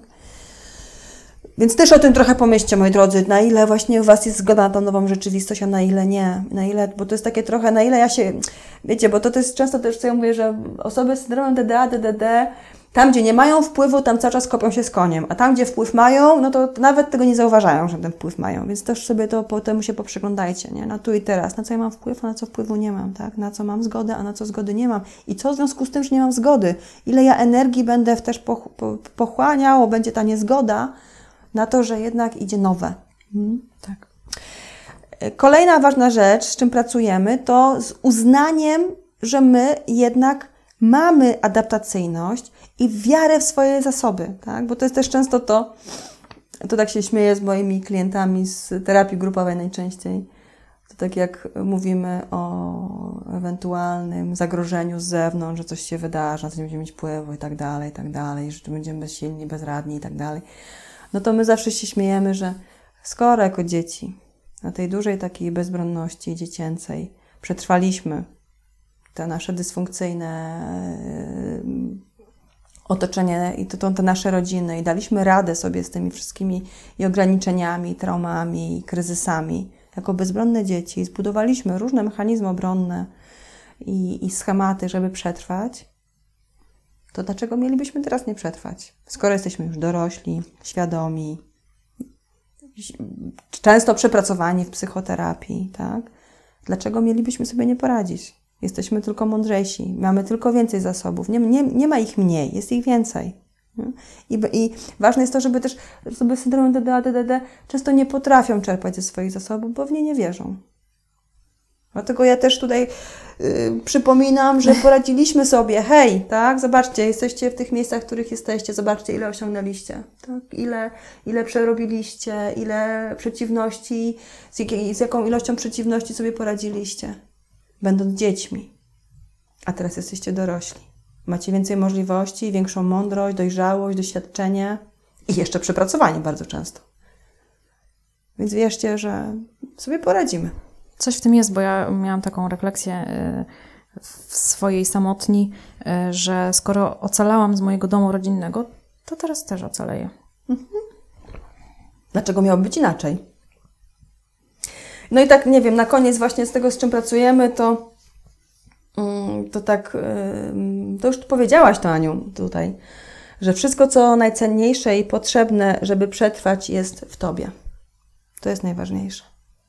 Więc też o tym trochę pomyślcie, moi drodzy, na ile właśnie u Was jest zgoda na tą nową rzeczywistość, a na ile nie. Na ile, bo to jest takie trochę, na ile ja się, wiecie, bo to, to jest często też, co ja mówię, że osoby z syndromem D D A, D D D, tam, gdzie nie mają wpływu, tam cały czas kopią się z koniem, a tam, gdzie wpływ mają, no to nawet tego nie zauważają, że ten wpływ mają, więc też sobie to po temu się poprzyglądajcie, nie? Na tu i teraz, na co ja mam wpływ, a na co wpływu nie mam, tak? Na co mam zgodę, a na co zgody nie mam. I co w związku z tym, że nie mam zgody? Ile ja energii będę też poch- po- pochłaniało, będzie ta niezgoda na to, że jednak idzie nowe. Hmm? Tak. Kolejna ważna rzecz, z czym pracujemy, to z uznaniem, że my jednak mamy adaptacyjność i wiarę w swoje zasoby, tak? Bo to jest też często to, to tak się śmieję z moimi klientami z terapii grupowej najczęściej. tak jak mówimy o ewentualnym zagrożeniu z zewnątrz, że coś się wydarzy, na coś nie będziemy mieć wpływu i tak dalej, i tak dalej, że będziemy bezsilni, bezradni i tak dalej, no to my zawsze się śmiejemy, że skoro jako dzieci na tej dużej takiej bezbronności dziecięcej przetrwaliśmy te nasze dysfunkcyjne otoczenie i to, to, te nasze rodziny i daliśmy radę sobie z tymi wszystkimi i ograniczeniami, i traumami, i kryzysami, jako bezbronne dzieci, zbudowaliśmy różne mechanizmy obronne i, i schematy, żeby przetrwać, to dlaczego mielibyśmy teraz nie przetrwać? Skoro jesteśmy już dorośli, świadomi, często przepracowani w psychoterapii, tak? Dlaczego mielibyśmy sobie nie poradzić? Jesteśmy tylko mądrzejsi, mamy tylko więcej zasobów, nie, nie, nie ma ich mniej, jest ich więcej. I, I ważne jest to, żeby też osoby z syndromem D D A, D D D często nie potrafią czerpać ze swoich zasobów, bo w nie nie wierzą. Dlatego ja też tutaj y, przypominam, że poradziliśmy sobie, hej, tak, zobaczcie, jesteście w tych miejscach, w których jesteście, zobaczcie, ile osiągnęliście, tak, ile, ile przerobiliście, ile przeciwności, z, jakiej, z jaką ilością przeciwności sobie poradziliście, będąc dziećmi. A teraz jesteście dorośli. Macie więcej możliwości, większą mądrość, dojrzałość, doświadczenie i jeszcze przepracowanie bardzo często. Więc wierzcie, że sobie poradzimy. Coś w tym jest, bo ja miałam taką refleksję w swojej samotni, że skoro ocalałam z mojego domu rodzinnego, to teraz też ocaleję. Mhm. Dlaczego miało być inaczej? No i tak, nie wiem, na koniec właśnie z tego, z czym pracujemy, to, to tak, to już powiedziałaś to, Aniu, tutaj, że wszystko, co najcenniejsze i potrzebne, żeby przetrwać, jest w Tobie. To jest najważniejsze.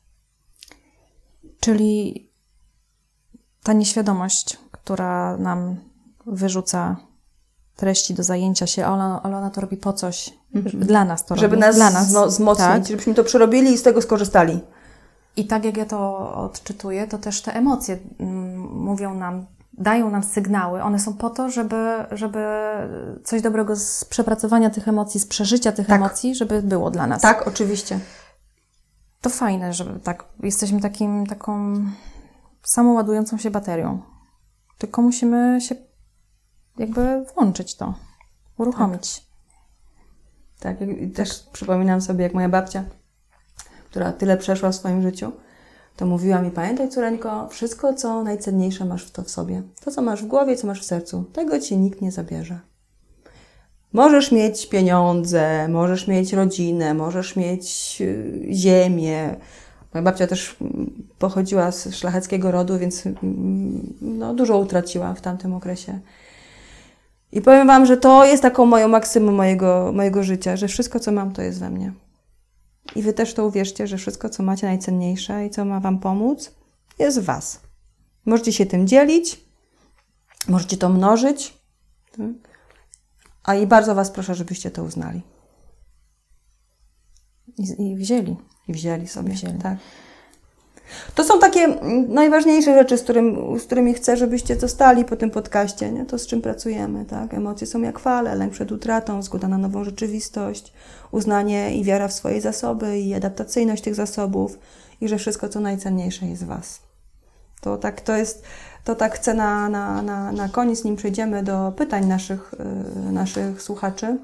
Czyli ta nieświadomość, która nam wyrzuca treści do zajęcia się, ale ona, ale ona to robi po coś. Mhm. Dla nas to Żeby robi. nas, Dla nas no, wzmocnić, tak. Żebyśmy to przerobili i z tego skorzystali. I tak jak ja to odczytuję, to też te emocje mm, mówią nam, dają nam sygnały. One są po to, żeby, żeby coś dobrego z przepracowania tych emocji, z przeżycia tych tak. emocji, żeby było dla nas. Tak, oczywiście. To fajne, że tak jesteśmy takim, taką samoładującą się baterią. Tylko musimy się jakby włączyć to, uruchomić. Tak, tak. I też tak. Przypominam sobie, jak moja babcia, która tyle przeszła w swoim życiu, to mówiła mi, pamiętaj, córeńko, wszystko, co najcenniejsze masz w to w sobie. To, co masz w głowie, co masz w sercu, tego Ci nikt nie zabierze. Możesz mieć pieniądze, możesz mieć rodzinę, możesz mieć ziemię. Moja babcia też pochodziła z szlacheckiego rodu, więc no, dużo utraciła w tamtym okresie. I powiem Wam, że to jest taką moją maksymum mojego, mojego życia, że wszystko, co mam, to jest we mnie. I Wy też to uwierzcie, że wszystko, co macie najcenniejsze i co ma Wam pomóc, jest w Was. Możecie się tym dzielić, możecie to mnożyć, tak? A i bardzo Was proszę, żebyście to uznali. I, i wzięli. I wzięli sobie. I wzięli. Tak. To są takie najważniejsze rzeczy, z, którym, z którymi chcę, żebyście zostali po tym podcaście, nie? To, z czym pracujemy. Tak? Emocje są jak fale, lęk przed utratą, zgoda na nową rzeczywistość, uznanie i wiara w swoje zasoby i adaptacyjność tych zasobów i że wszystko, co najcenniejsze, jest w Was. To tak, to jest, to tak chcę na, na, na, na koniec, nim przejdziemy do pytań naszych, yy, naszych słuchaczy.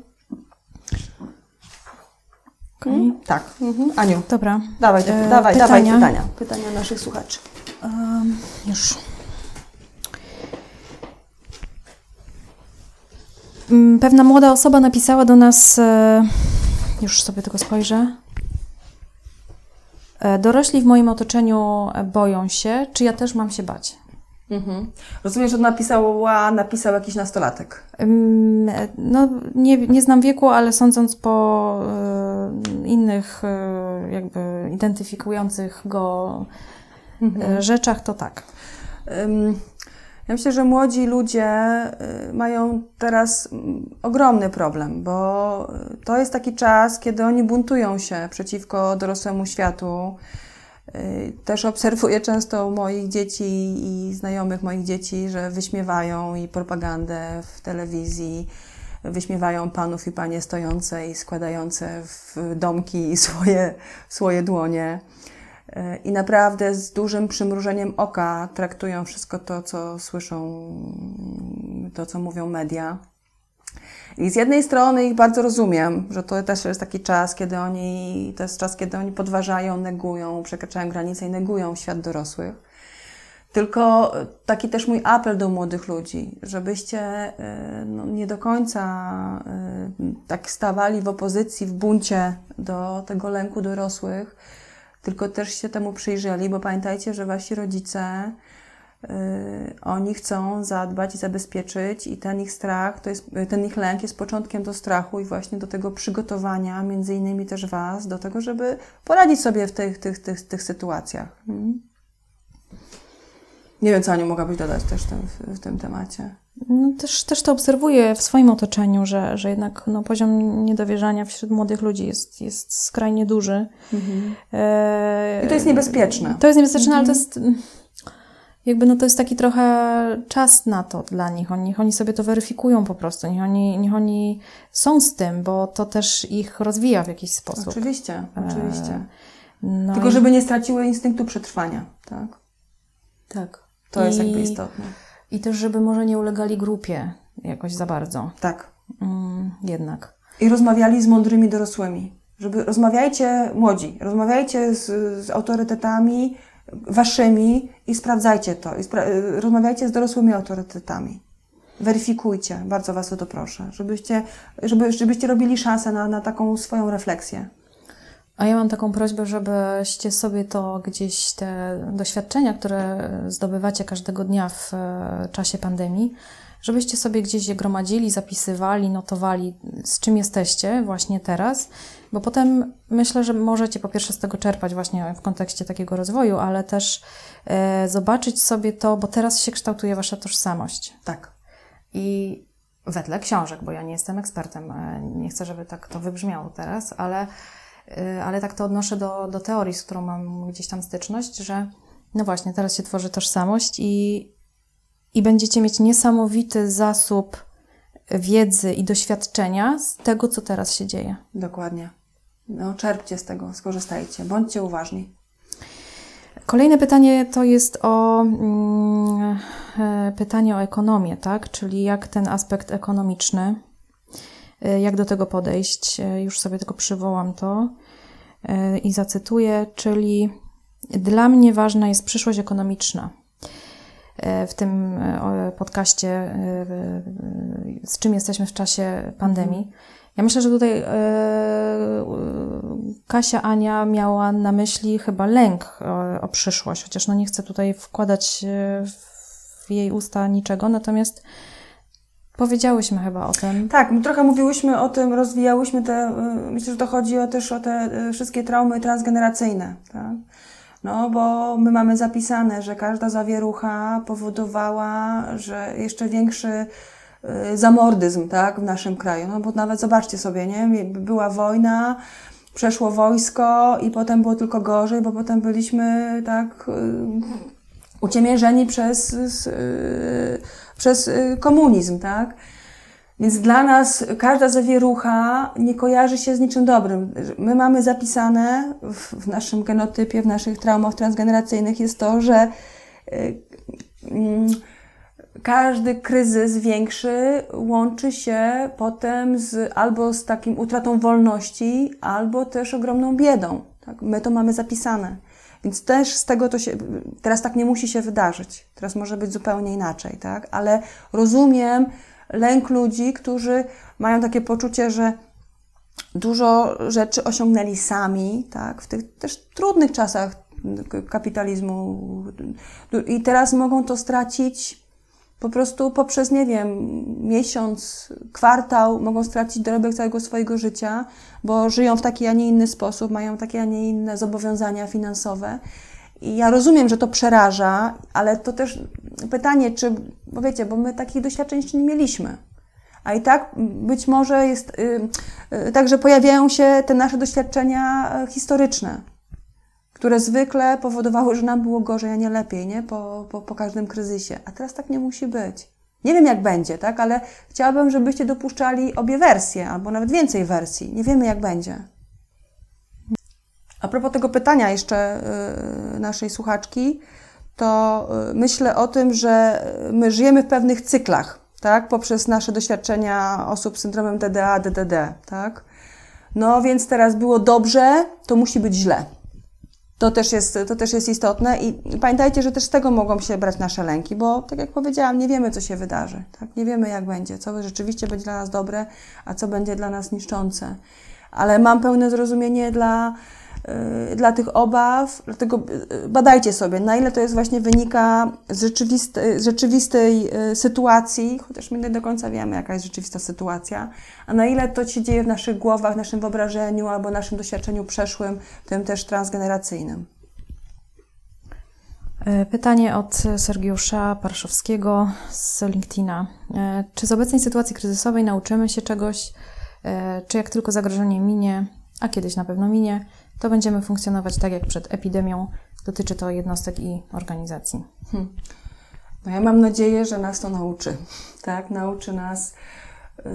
Okay. Mm, tak. Mhm. Aniu. Dobra. Dawaj, e, dawaj, pytania. dawaj pytania. Pytania naszych słuchaczy. Um, już. Pewna młoda osoba napisała do nas, e, już sobie tylko spojrzę. E, dorośli w moim otoczeniu boją się, czy ja też mam się bać? Mhm. Rozumiem, że napisała, napisał jakiś nastolatek. No, nie, nie znam wieku, ale sądząc po y, innych y, jakby identyfikujących go mhm. rzeczach, to tak. Um, ja myślę, że młodzi ludzie y, mają teraz ogromny problem, bo to jest taki czas, kiedy oni buntują się przeciwko dorosłemu światu. Też obserwuję często u moich dzieci i znajomych moich dzieci, że wyśmiewają i propagandę w telewizji, wyśmiewają panów i panie stojące i składające w domki swoje, swoje dłonie. i naprawdę z dużym przymrużeniem oka traktują wszystko to, co słyszą, to, co mówią media. I z jednej strony ich bardzo rozumiem, że to też jest taki czas, kiedy oni, to jest czas, kiedy oni podważają, negują, przekraczają granice i negują świat dorosłych. Tylko taki też mój apel do młodych ludzi, żebyście no, nie do końca tak stawali w opozycji, w buncie do tego lęku dorosłych, tylko też się temu przyjrzeli, bo pamiętajcie, że wasi rodzice, yy, oni chcą zadbać i zabezpieczyć i ten ich strach, to jest, ten ich lęk jest początkiem do strachu i właśnie do tego przygotowania, między innymi też was, do tego, żeby poradzić sobie w tych, tych, tych, tych sytuacjach. Hmm? Nie wiem, co Aniu mogłabyś dodać też w tym, w tym temacie. No, też, też to obserwuję w swoim otoczeniu, że, że jednak no, poziom niedowierzania wśród młodych ludzi jest, jest skrajnie duży. Mhm. E... I to jest niebezpieczne. To jest niebezpieczne, mhm. ale to jest jakby no to jest taki trochę czas na to dla nich. Oni, niech oni sobie to weryfikują po prostu. Niech oni, niech oni są z tym, bo to też ich rozwija w jakiś sposób. Oczywiście, oczywiście. E... No Tylko i... żeby nie straciły instynktu przetrwania, tak? Tak. To I... jest jakby istotne. I też, żeby może nie ulegali grupie jakoś za bardzo. Tak. Mm, jednak. I rozmawiali z mądrymi dorosłymi. Żeby rozmawiajcie, młodzi, rozmawiajcie z, z autorytetami waszymi i sprawdzajcie to. I spra- rozmawiajcie z dorosłymi autorytetami. Weryfikujcie, bardzo was o to proszę, żebyście, żeby, żebyście robili szansę na, na taką swoją refleksję. A ja mam taką prośbę, żebyście sobie to gdzieś, te doświadczenia, które zdobywacie każdego dnia w czasie pandemii, żebyście sobie gdzieś je gromadzili, zapisywali, notowali, z czym jesteście właśnie teraz, bo potem myślę, że możecie po pierwsze z tego czerpać właśnie w kontekście takiego rozwoju, ale też e, zobaczyć sobie to, bo teraz się kształtuje wasza tożsamość. Tak. I wedle książek, bo ja nie jestem ekspertem, nie chcę, żeby tak to wybrzmiało teraz, ale ale tak to odnoszę do, do teorii, z którą mam gdzieś tam styczność, że no właśnie, teraz się tworzy tożsamość i, i będziecie mieć niesamowity zasób wiedzy i doświadczenia z tego, co teraz się dzieje. Dokładnie. No, czerpcie z tego, skorzystajcie, bądźcie uważni. Kolejne pytanie to jest o mm, pytanie o ekonomię, tak? Czyli jak ten aspekt ekonomiczny, jak do tego podejść. Już sobie tylko przywołam to i zacytuję, czyli dla mnie ważna jest przyszłość ekonomiczna. W tym podcaście z czym jesteśmy w czasie pandemii. Ja myślę, że tutaj Kasia, Ania miała na myśli chyba lęk o, o przyszłość, chociaż no nie chcę tutaj wkładać w jej usta niczego, natomiast powiedziałyśmy chyba o tym. Tak, my trochę mówiłyśmy o tym, rozwijałyśmy te, myślę, że to chodzi o, też o te wszystkie traumy transgeneracyjne, tak? No, bo my mamy zapisane, że każda zawierucha powodowała, że jeszcze większy zamordyzm, tak, w naszym kraju. No, bo nawet zobaczcie sobie, nie? Była wojna, przeszło wojsko i potem było tylko gorzej, bo potem byliśmy, tak, uciemiężeni przez, przez komunizm, tak? Więc dla nas każda zawierucha nie kojarzy się z niczym dobrym. My mamy zapisane w, w naszym genotypie, w naszych traumach transgeneracyjnych jest to, że y, y, każdy kryzys większy łączy się potem z, albo z takim utratą wolności, albo też ogromną biedą. Tak? My to mamy zapisane. Więc też z tego to się, teraz tak nie musi się wydarzyć. Teraz może być zupełnie inaczej, tak? Ale rozumiem lęk ludzi, którzy mają takie poczucie, że dużo rzeczy osiągnęli sami, tak? W tych też trudnych czasach kapitalizmu i teraz mogą to stracić po prostu poprzez, nie wiem, miesiąc, kwartał, mogą stracić dorobek całego swojego życia, bo żyją w taki, a nie inny sposób, mają takie, a nie inne zobowiązania finansowe. I ja rozumiem, że to przeraża, ale to też pytanie, czy, bo wiecie, bo my takich doświadczeń jeszcze nie mieliśmy. A i tak być może jest, yy, yy, także pojawiają się te nasze doświadczenia historyczne, które zwykle powodowały, że nam było gorzej, a nie lepiej, nie? Po, po, po każdym kryzysie. A teraz tak nie musi być. Nie wiem, jak będzie, tak? Ale chciałabym, żebyście dopuszczali obie wersje, albo nawet więcej wersji. Nie wiemy, jak będzie. A propos tego pytania jeszcze y, naszej słuchaczki, to y, myślę o tym, że my żyjemy w pewnych cyklach, tak? Poprzez nasze doświadczenia osób z syndromem T D A, D D D, tak? No więc teraz było dobrze, to musi być źle. To też jest, to też jest istotne i pamiętajcie, że też z tego mogą się brać nasze lęki, bo tak jak powiedziałam, nie wiemy, co się wydarzy, tak? Nie wiemy, jak będzie, co rzeczywiście będzie dla nas dobre, a co będzie dla nas niszczące. Ale mam pełne zrozumienie dla, yy, dla tych obaw, dlatego badajcie sobie, na ile to jest właśnie wynika z rzeczywistej, z rzeczywistej yy, sytuacji, chociaż my nie do końca wiemy, jaka jest rzeczywista sytuacja, a na ile to się dzieje w naszych głowach, naszym wyobrażeniu albo naszym doświadczeniu przeszłym, tym też transgeneracyjnym. Pytanie od Sergiusza Parszowskiego z LinkedIna. Czy z obecnej sytuacji kryzysowej nauczymy się czegoś, czy jak tylko zagrożenie minie, a kiedyś na pewno minie, to będziemy funkcjonować tak jak przed epidemią? Dotyczy to jednostek i organizacji. Hmm. No ja mam nadzieję, że nas to nauczy. Tak, nauczy nas. Yy,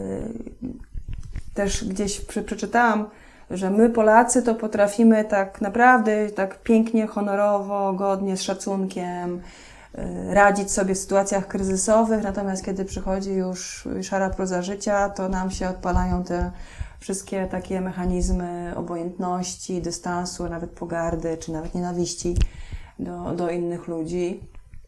też gdzieś przy, przeczytałam, że my Polacy to potrafimy tak naprawdę, tak pięknie, honorowo, godnie, z szacunkiem yy, radzić sobie w sytuacjach kryzysowych, natomiast kiedy przychodzi już szara proza życia, to nam się odpalają te wszystkie takie mechanizmy obojętności, dystansu, nawet pogardy, czy nawet nienawiści do, do innych ludzi.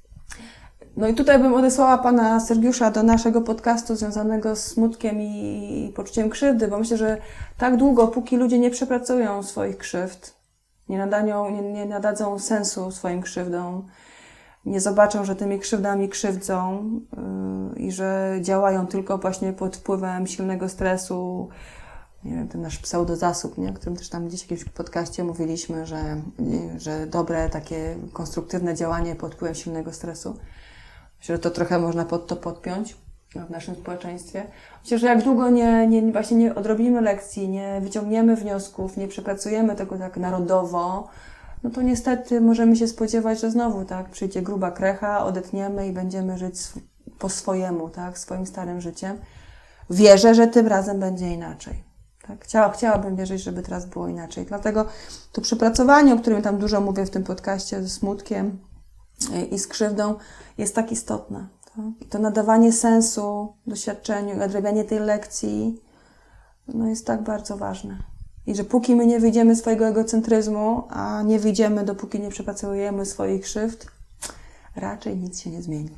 No i tutaj bym odesłała pana Sergiusza do naszego podcastu związanego z smutkiem i, i poczuciem krzywdy, bo myślę, że tak długo, póki ludzie nie przepracują swoich krzywd, nie, nadanią, nie, nie nadadzą sensu swoim krzywdom, nie zobaczą, że tymi krzywdami krzywdzą yy, i że działają tylko właśnie pod wpływem silnego stresu, nie wiem, ten nasz pseudozasób, nie? O którym też tam gdzieś w jakimś podcaście mówiliśmy, że, że dobre, takie konstruktywne działanie pod wpływem silnego stresu. Myślę, że to trochę można pod to podpiąć w naszym społeczeństwie. Myślę, że jak długo nie, nie, właśnie nie odrobimy lekcji, nie wyciągniemy wniosków, nie przepracujemy tego tak narodowo, no to niestety możemy się spodziewać, że znowu tak przyjdzie gruba krecha, odetniemy i będziemy żyć po swojemu, tak, swoim starym życiem. Wierzę, że tym razem będzie inaczej. Tak? Chciała, chciałabym wierzyć, żeby teraz było inaczej. Dlatego to przepracowanie, o którym tam dużo mówię w tym podcaście, ze smutkiem i z krzywdą, jest tak istotne. Tak? I to nadawanie sensu doświadczeniu, odrabianie tej lekcji, no jest tak bardzo ważne. I że póki my nie wyjdziemy z swojego egocentryzmu, a nie wyjdziemy, dopóki nie przepracujemy swoich krzywd, raczej nic się nie zmieni.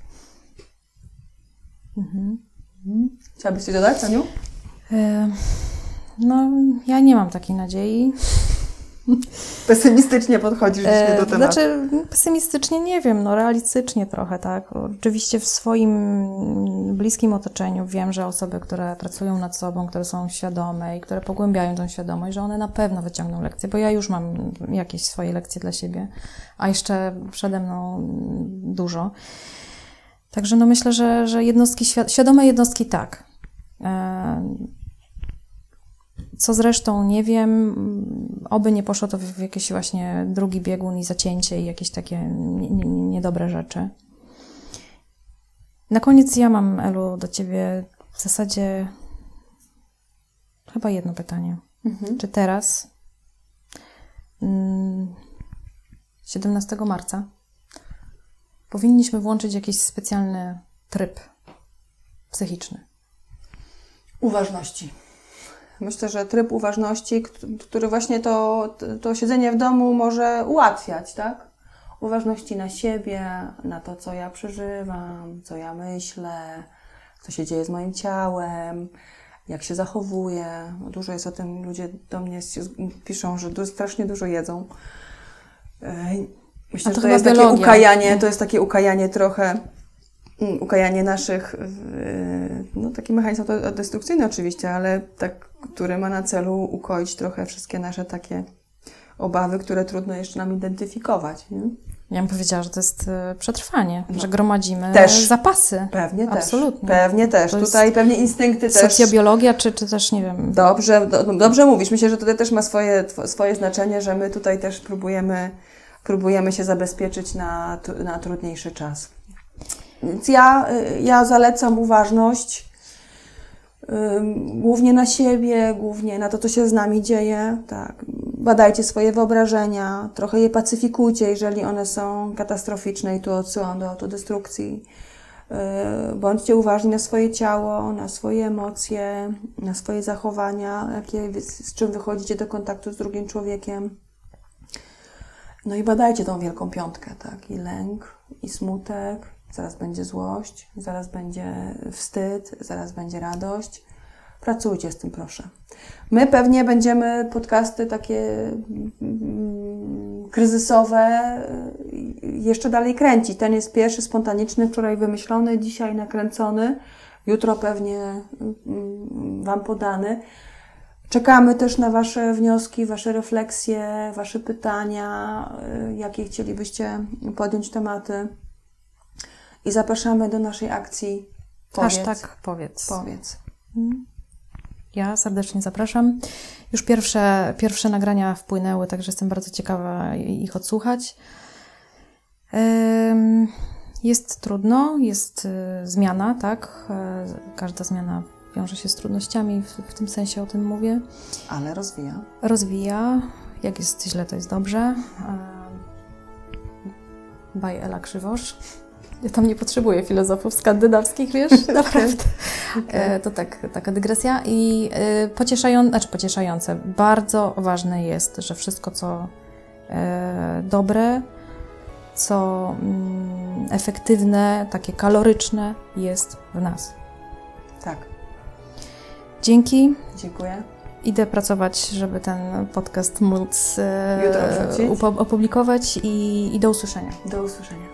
Mhm. Chciałabyś coś dodać, Aniu? Y- No, ja nie mam takiej nadziei. Pesymistycznie podchodzisz e, do tematu. Znaczy, pesymistycznie nie wiem, no realistycznie trochę, tak. Oczywiście w swoim bliskim otoczeniu wiem, że osoby, które pracują nad sobą, które są świadome i które pogłębiają tą świadomość, że one na pewno wyciągną lekcje, bo ja już mam jakieś swoje lekcje dla siebie, a jeszcze przede mną dużo. Także no myślę, że, że jednostki, świadome jednostki tak. E, Co zresztą nie wiem, oby nie poszło to w jakiś właśnie drugi biegun i zacięcie i jakieś takie nie, nie, niedobre rzeczy. Na koniec ja mam, Elu, do Ciebie w zasadzie chyba jedno pytanie. Mhm. Czy teraz, siedemnastego marca, powinniśmy włączyć jakiś specjalny tryb psychiczny? Uważności. Myślę, że tryb uważności, który właśnie to, to siedzenie w domu może ułatwiać, tak? Uważności na siebie, na to, co ja przeżywam, co ja myślę, co się dzieje z moim ciałem, jak się zachowuję. Dużo jest o tym, ludzie do mnie piszą, że strasznie dużo jedzą. Myślę, to że to jest biologia. Takie ukajanie, to jest takie ukajanie trochę, ukajanie naszych, no taki mechanizm destrukcyjny oczywiście, ale tak, który ma na celu ukoić trochę wszystkie nasze takie obawy, które trudno jeszcze nam identyfikować. Nie? Ja bym powiedziała, że to jest przetrwanie, no. że gromadzimy też. zapasy. Pewnie Absolutnie. też. Pewnie też. To tutaj pewnie instynkty też. Socjobiologia, czy, czy też, nie wiem. Dobrze, do, dobrze mówisz. Myślę, że tutaj też ma swoje, swoje znaczenie, że my tutaj też próbujemy, próbujemy się zabezpieczyć na, na trudniejszy czas. Więc ja, ja zalecam uważność, yy, głównie na siebie, głównie na to, co się z nami dzieje. Tak. badajcie swoje wyobrażenia, trochę je pacyfikujcie, jeżeli one są katastroficzne i tu odsyłam do autodestrukcji. Bądźcie uważni na swoje ciało, na swoje emocje, na swoje zachowania, jakie, z czym wychodzicie do kontaktu z drugim człowiekiem. No i badajcie tą wielką piątkę, tak? I lęk, i smutek, zaraz będzie złość, zaraz będzie wstyd, zaraz będzie radość. Pracujcie z tym, proszę. My pewnie będziemy podcasty takie mm, kryzysowe jeszcze dalej kręcić. Ten jest pierwszy, spontaniczny, wczoraj wymyślony, dzisiaj nakręcony, jutro pewnie mm, Wam podany. Czekamy też na Wasze wnioski, Wasze refleksje, Wasze pytania, jakie chcielibyście podjąć tematy. I zapraszamy do naszej akcji Powiedz. Hashtag powiedz. Powiedz. Ja serdecznie zapraszam. Już pierwsze, pierwsze nagrania wpłynęły, także jestem bardzo ciekawa ich odsłuchać. Jest trudno, jest zmiana, tak? Każda zmiana wiąże się z trudnościami, w, w tym sensie o tym mówię. Ale rozwija. Rozwija. Jak jest źle, to jest dobrze. By Ela Krzywosz. Ja tam nie potrzebuję filozofów skandynawskich, wiesz, naprawdę. Okay. To tak, taka dygresja. I pocieszające, znaczy pocieszające, bardzo ważne jest, że wszystko, co dobre, co efektywne, takie kaloryczne jest w nas. Tak. Dzięki. Dziękuję. Idę pracować, żeby ten podcast móc Jutro opublikować i, i do usłyszenia. Do usłyszenia.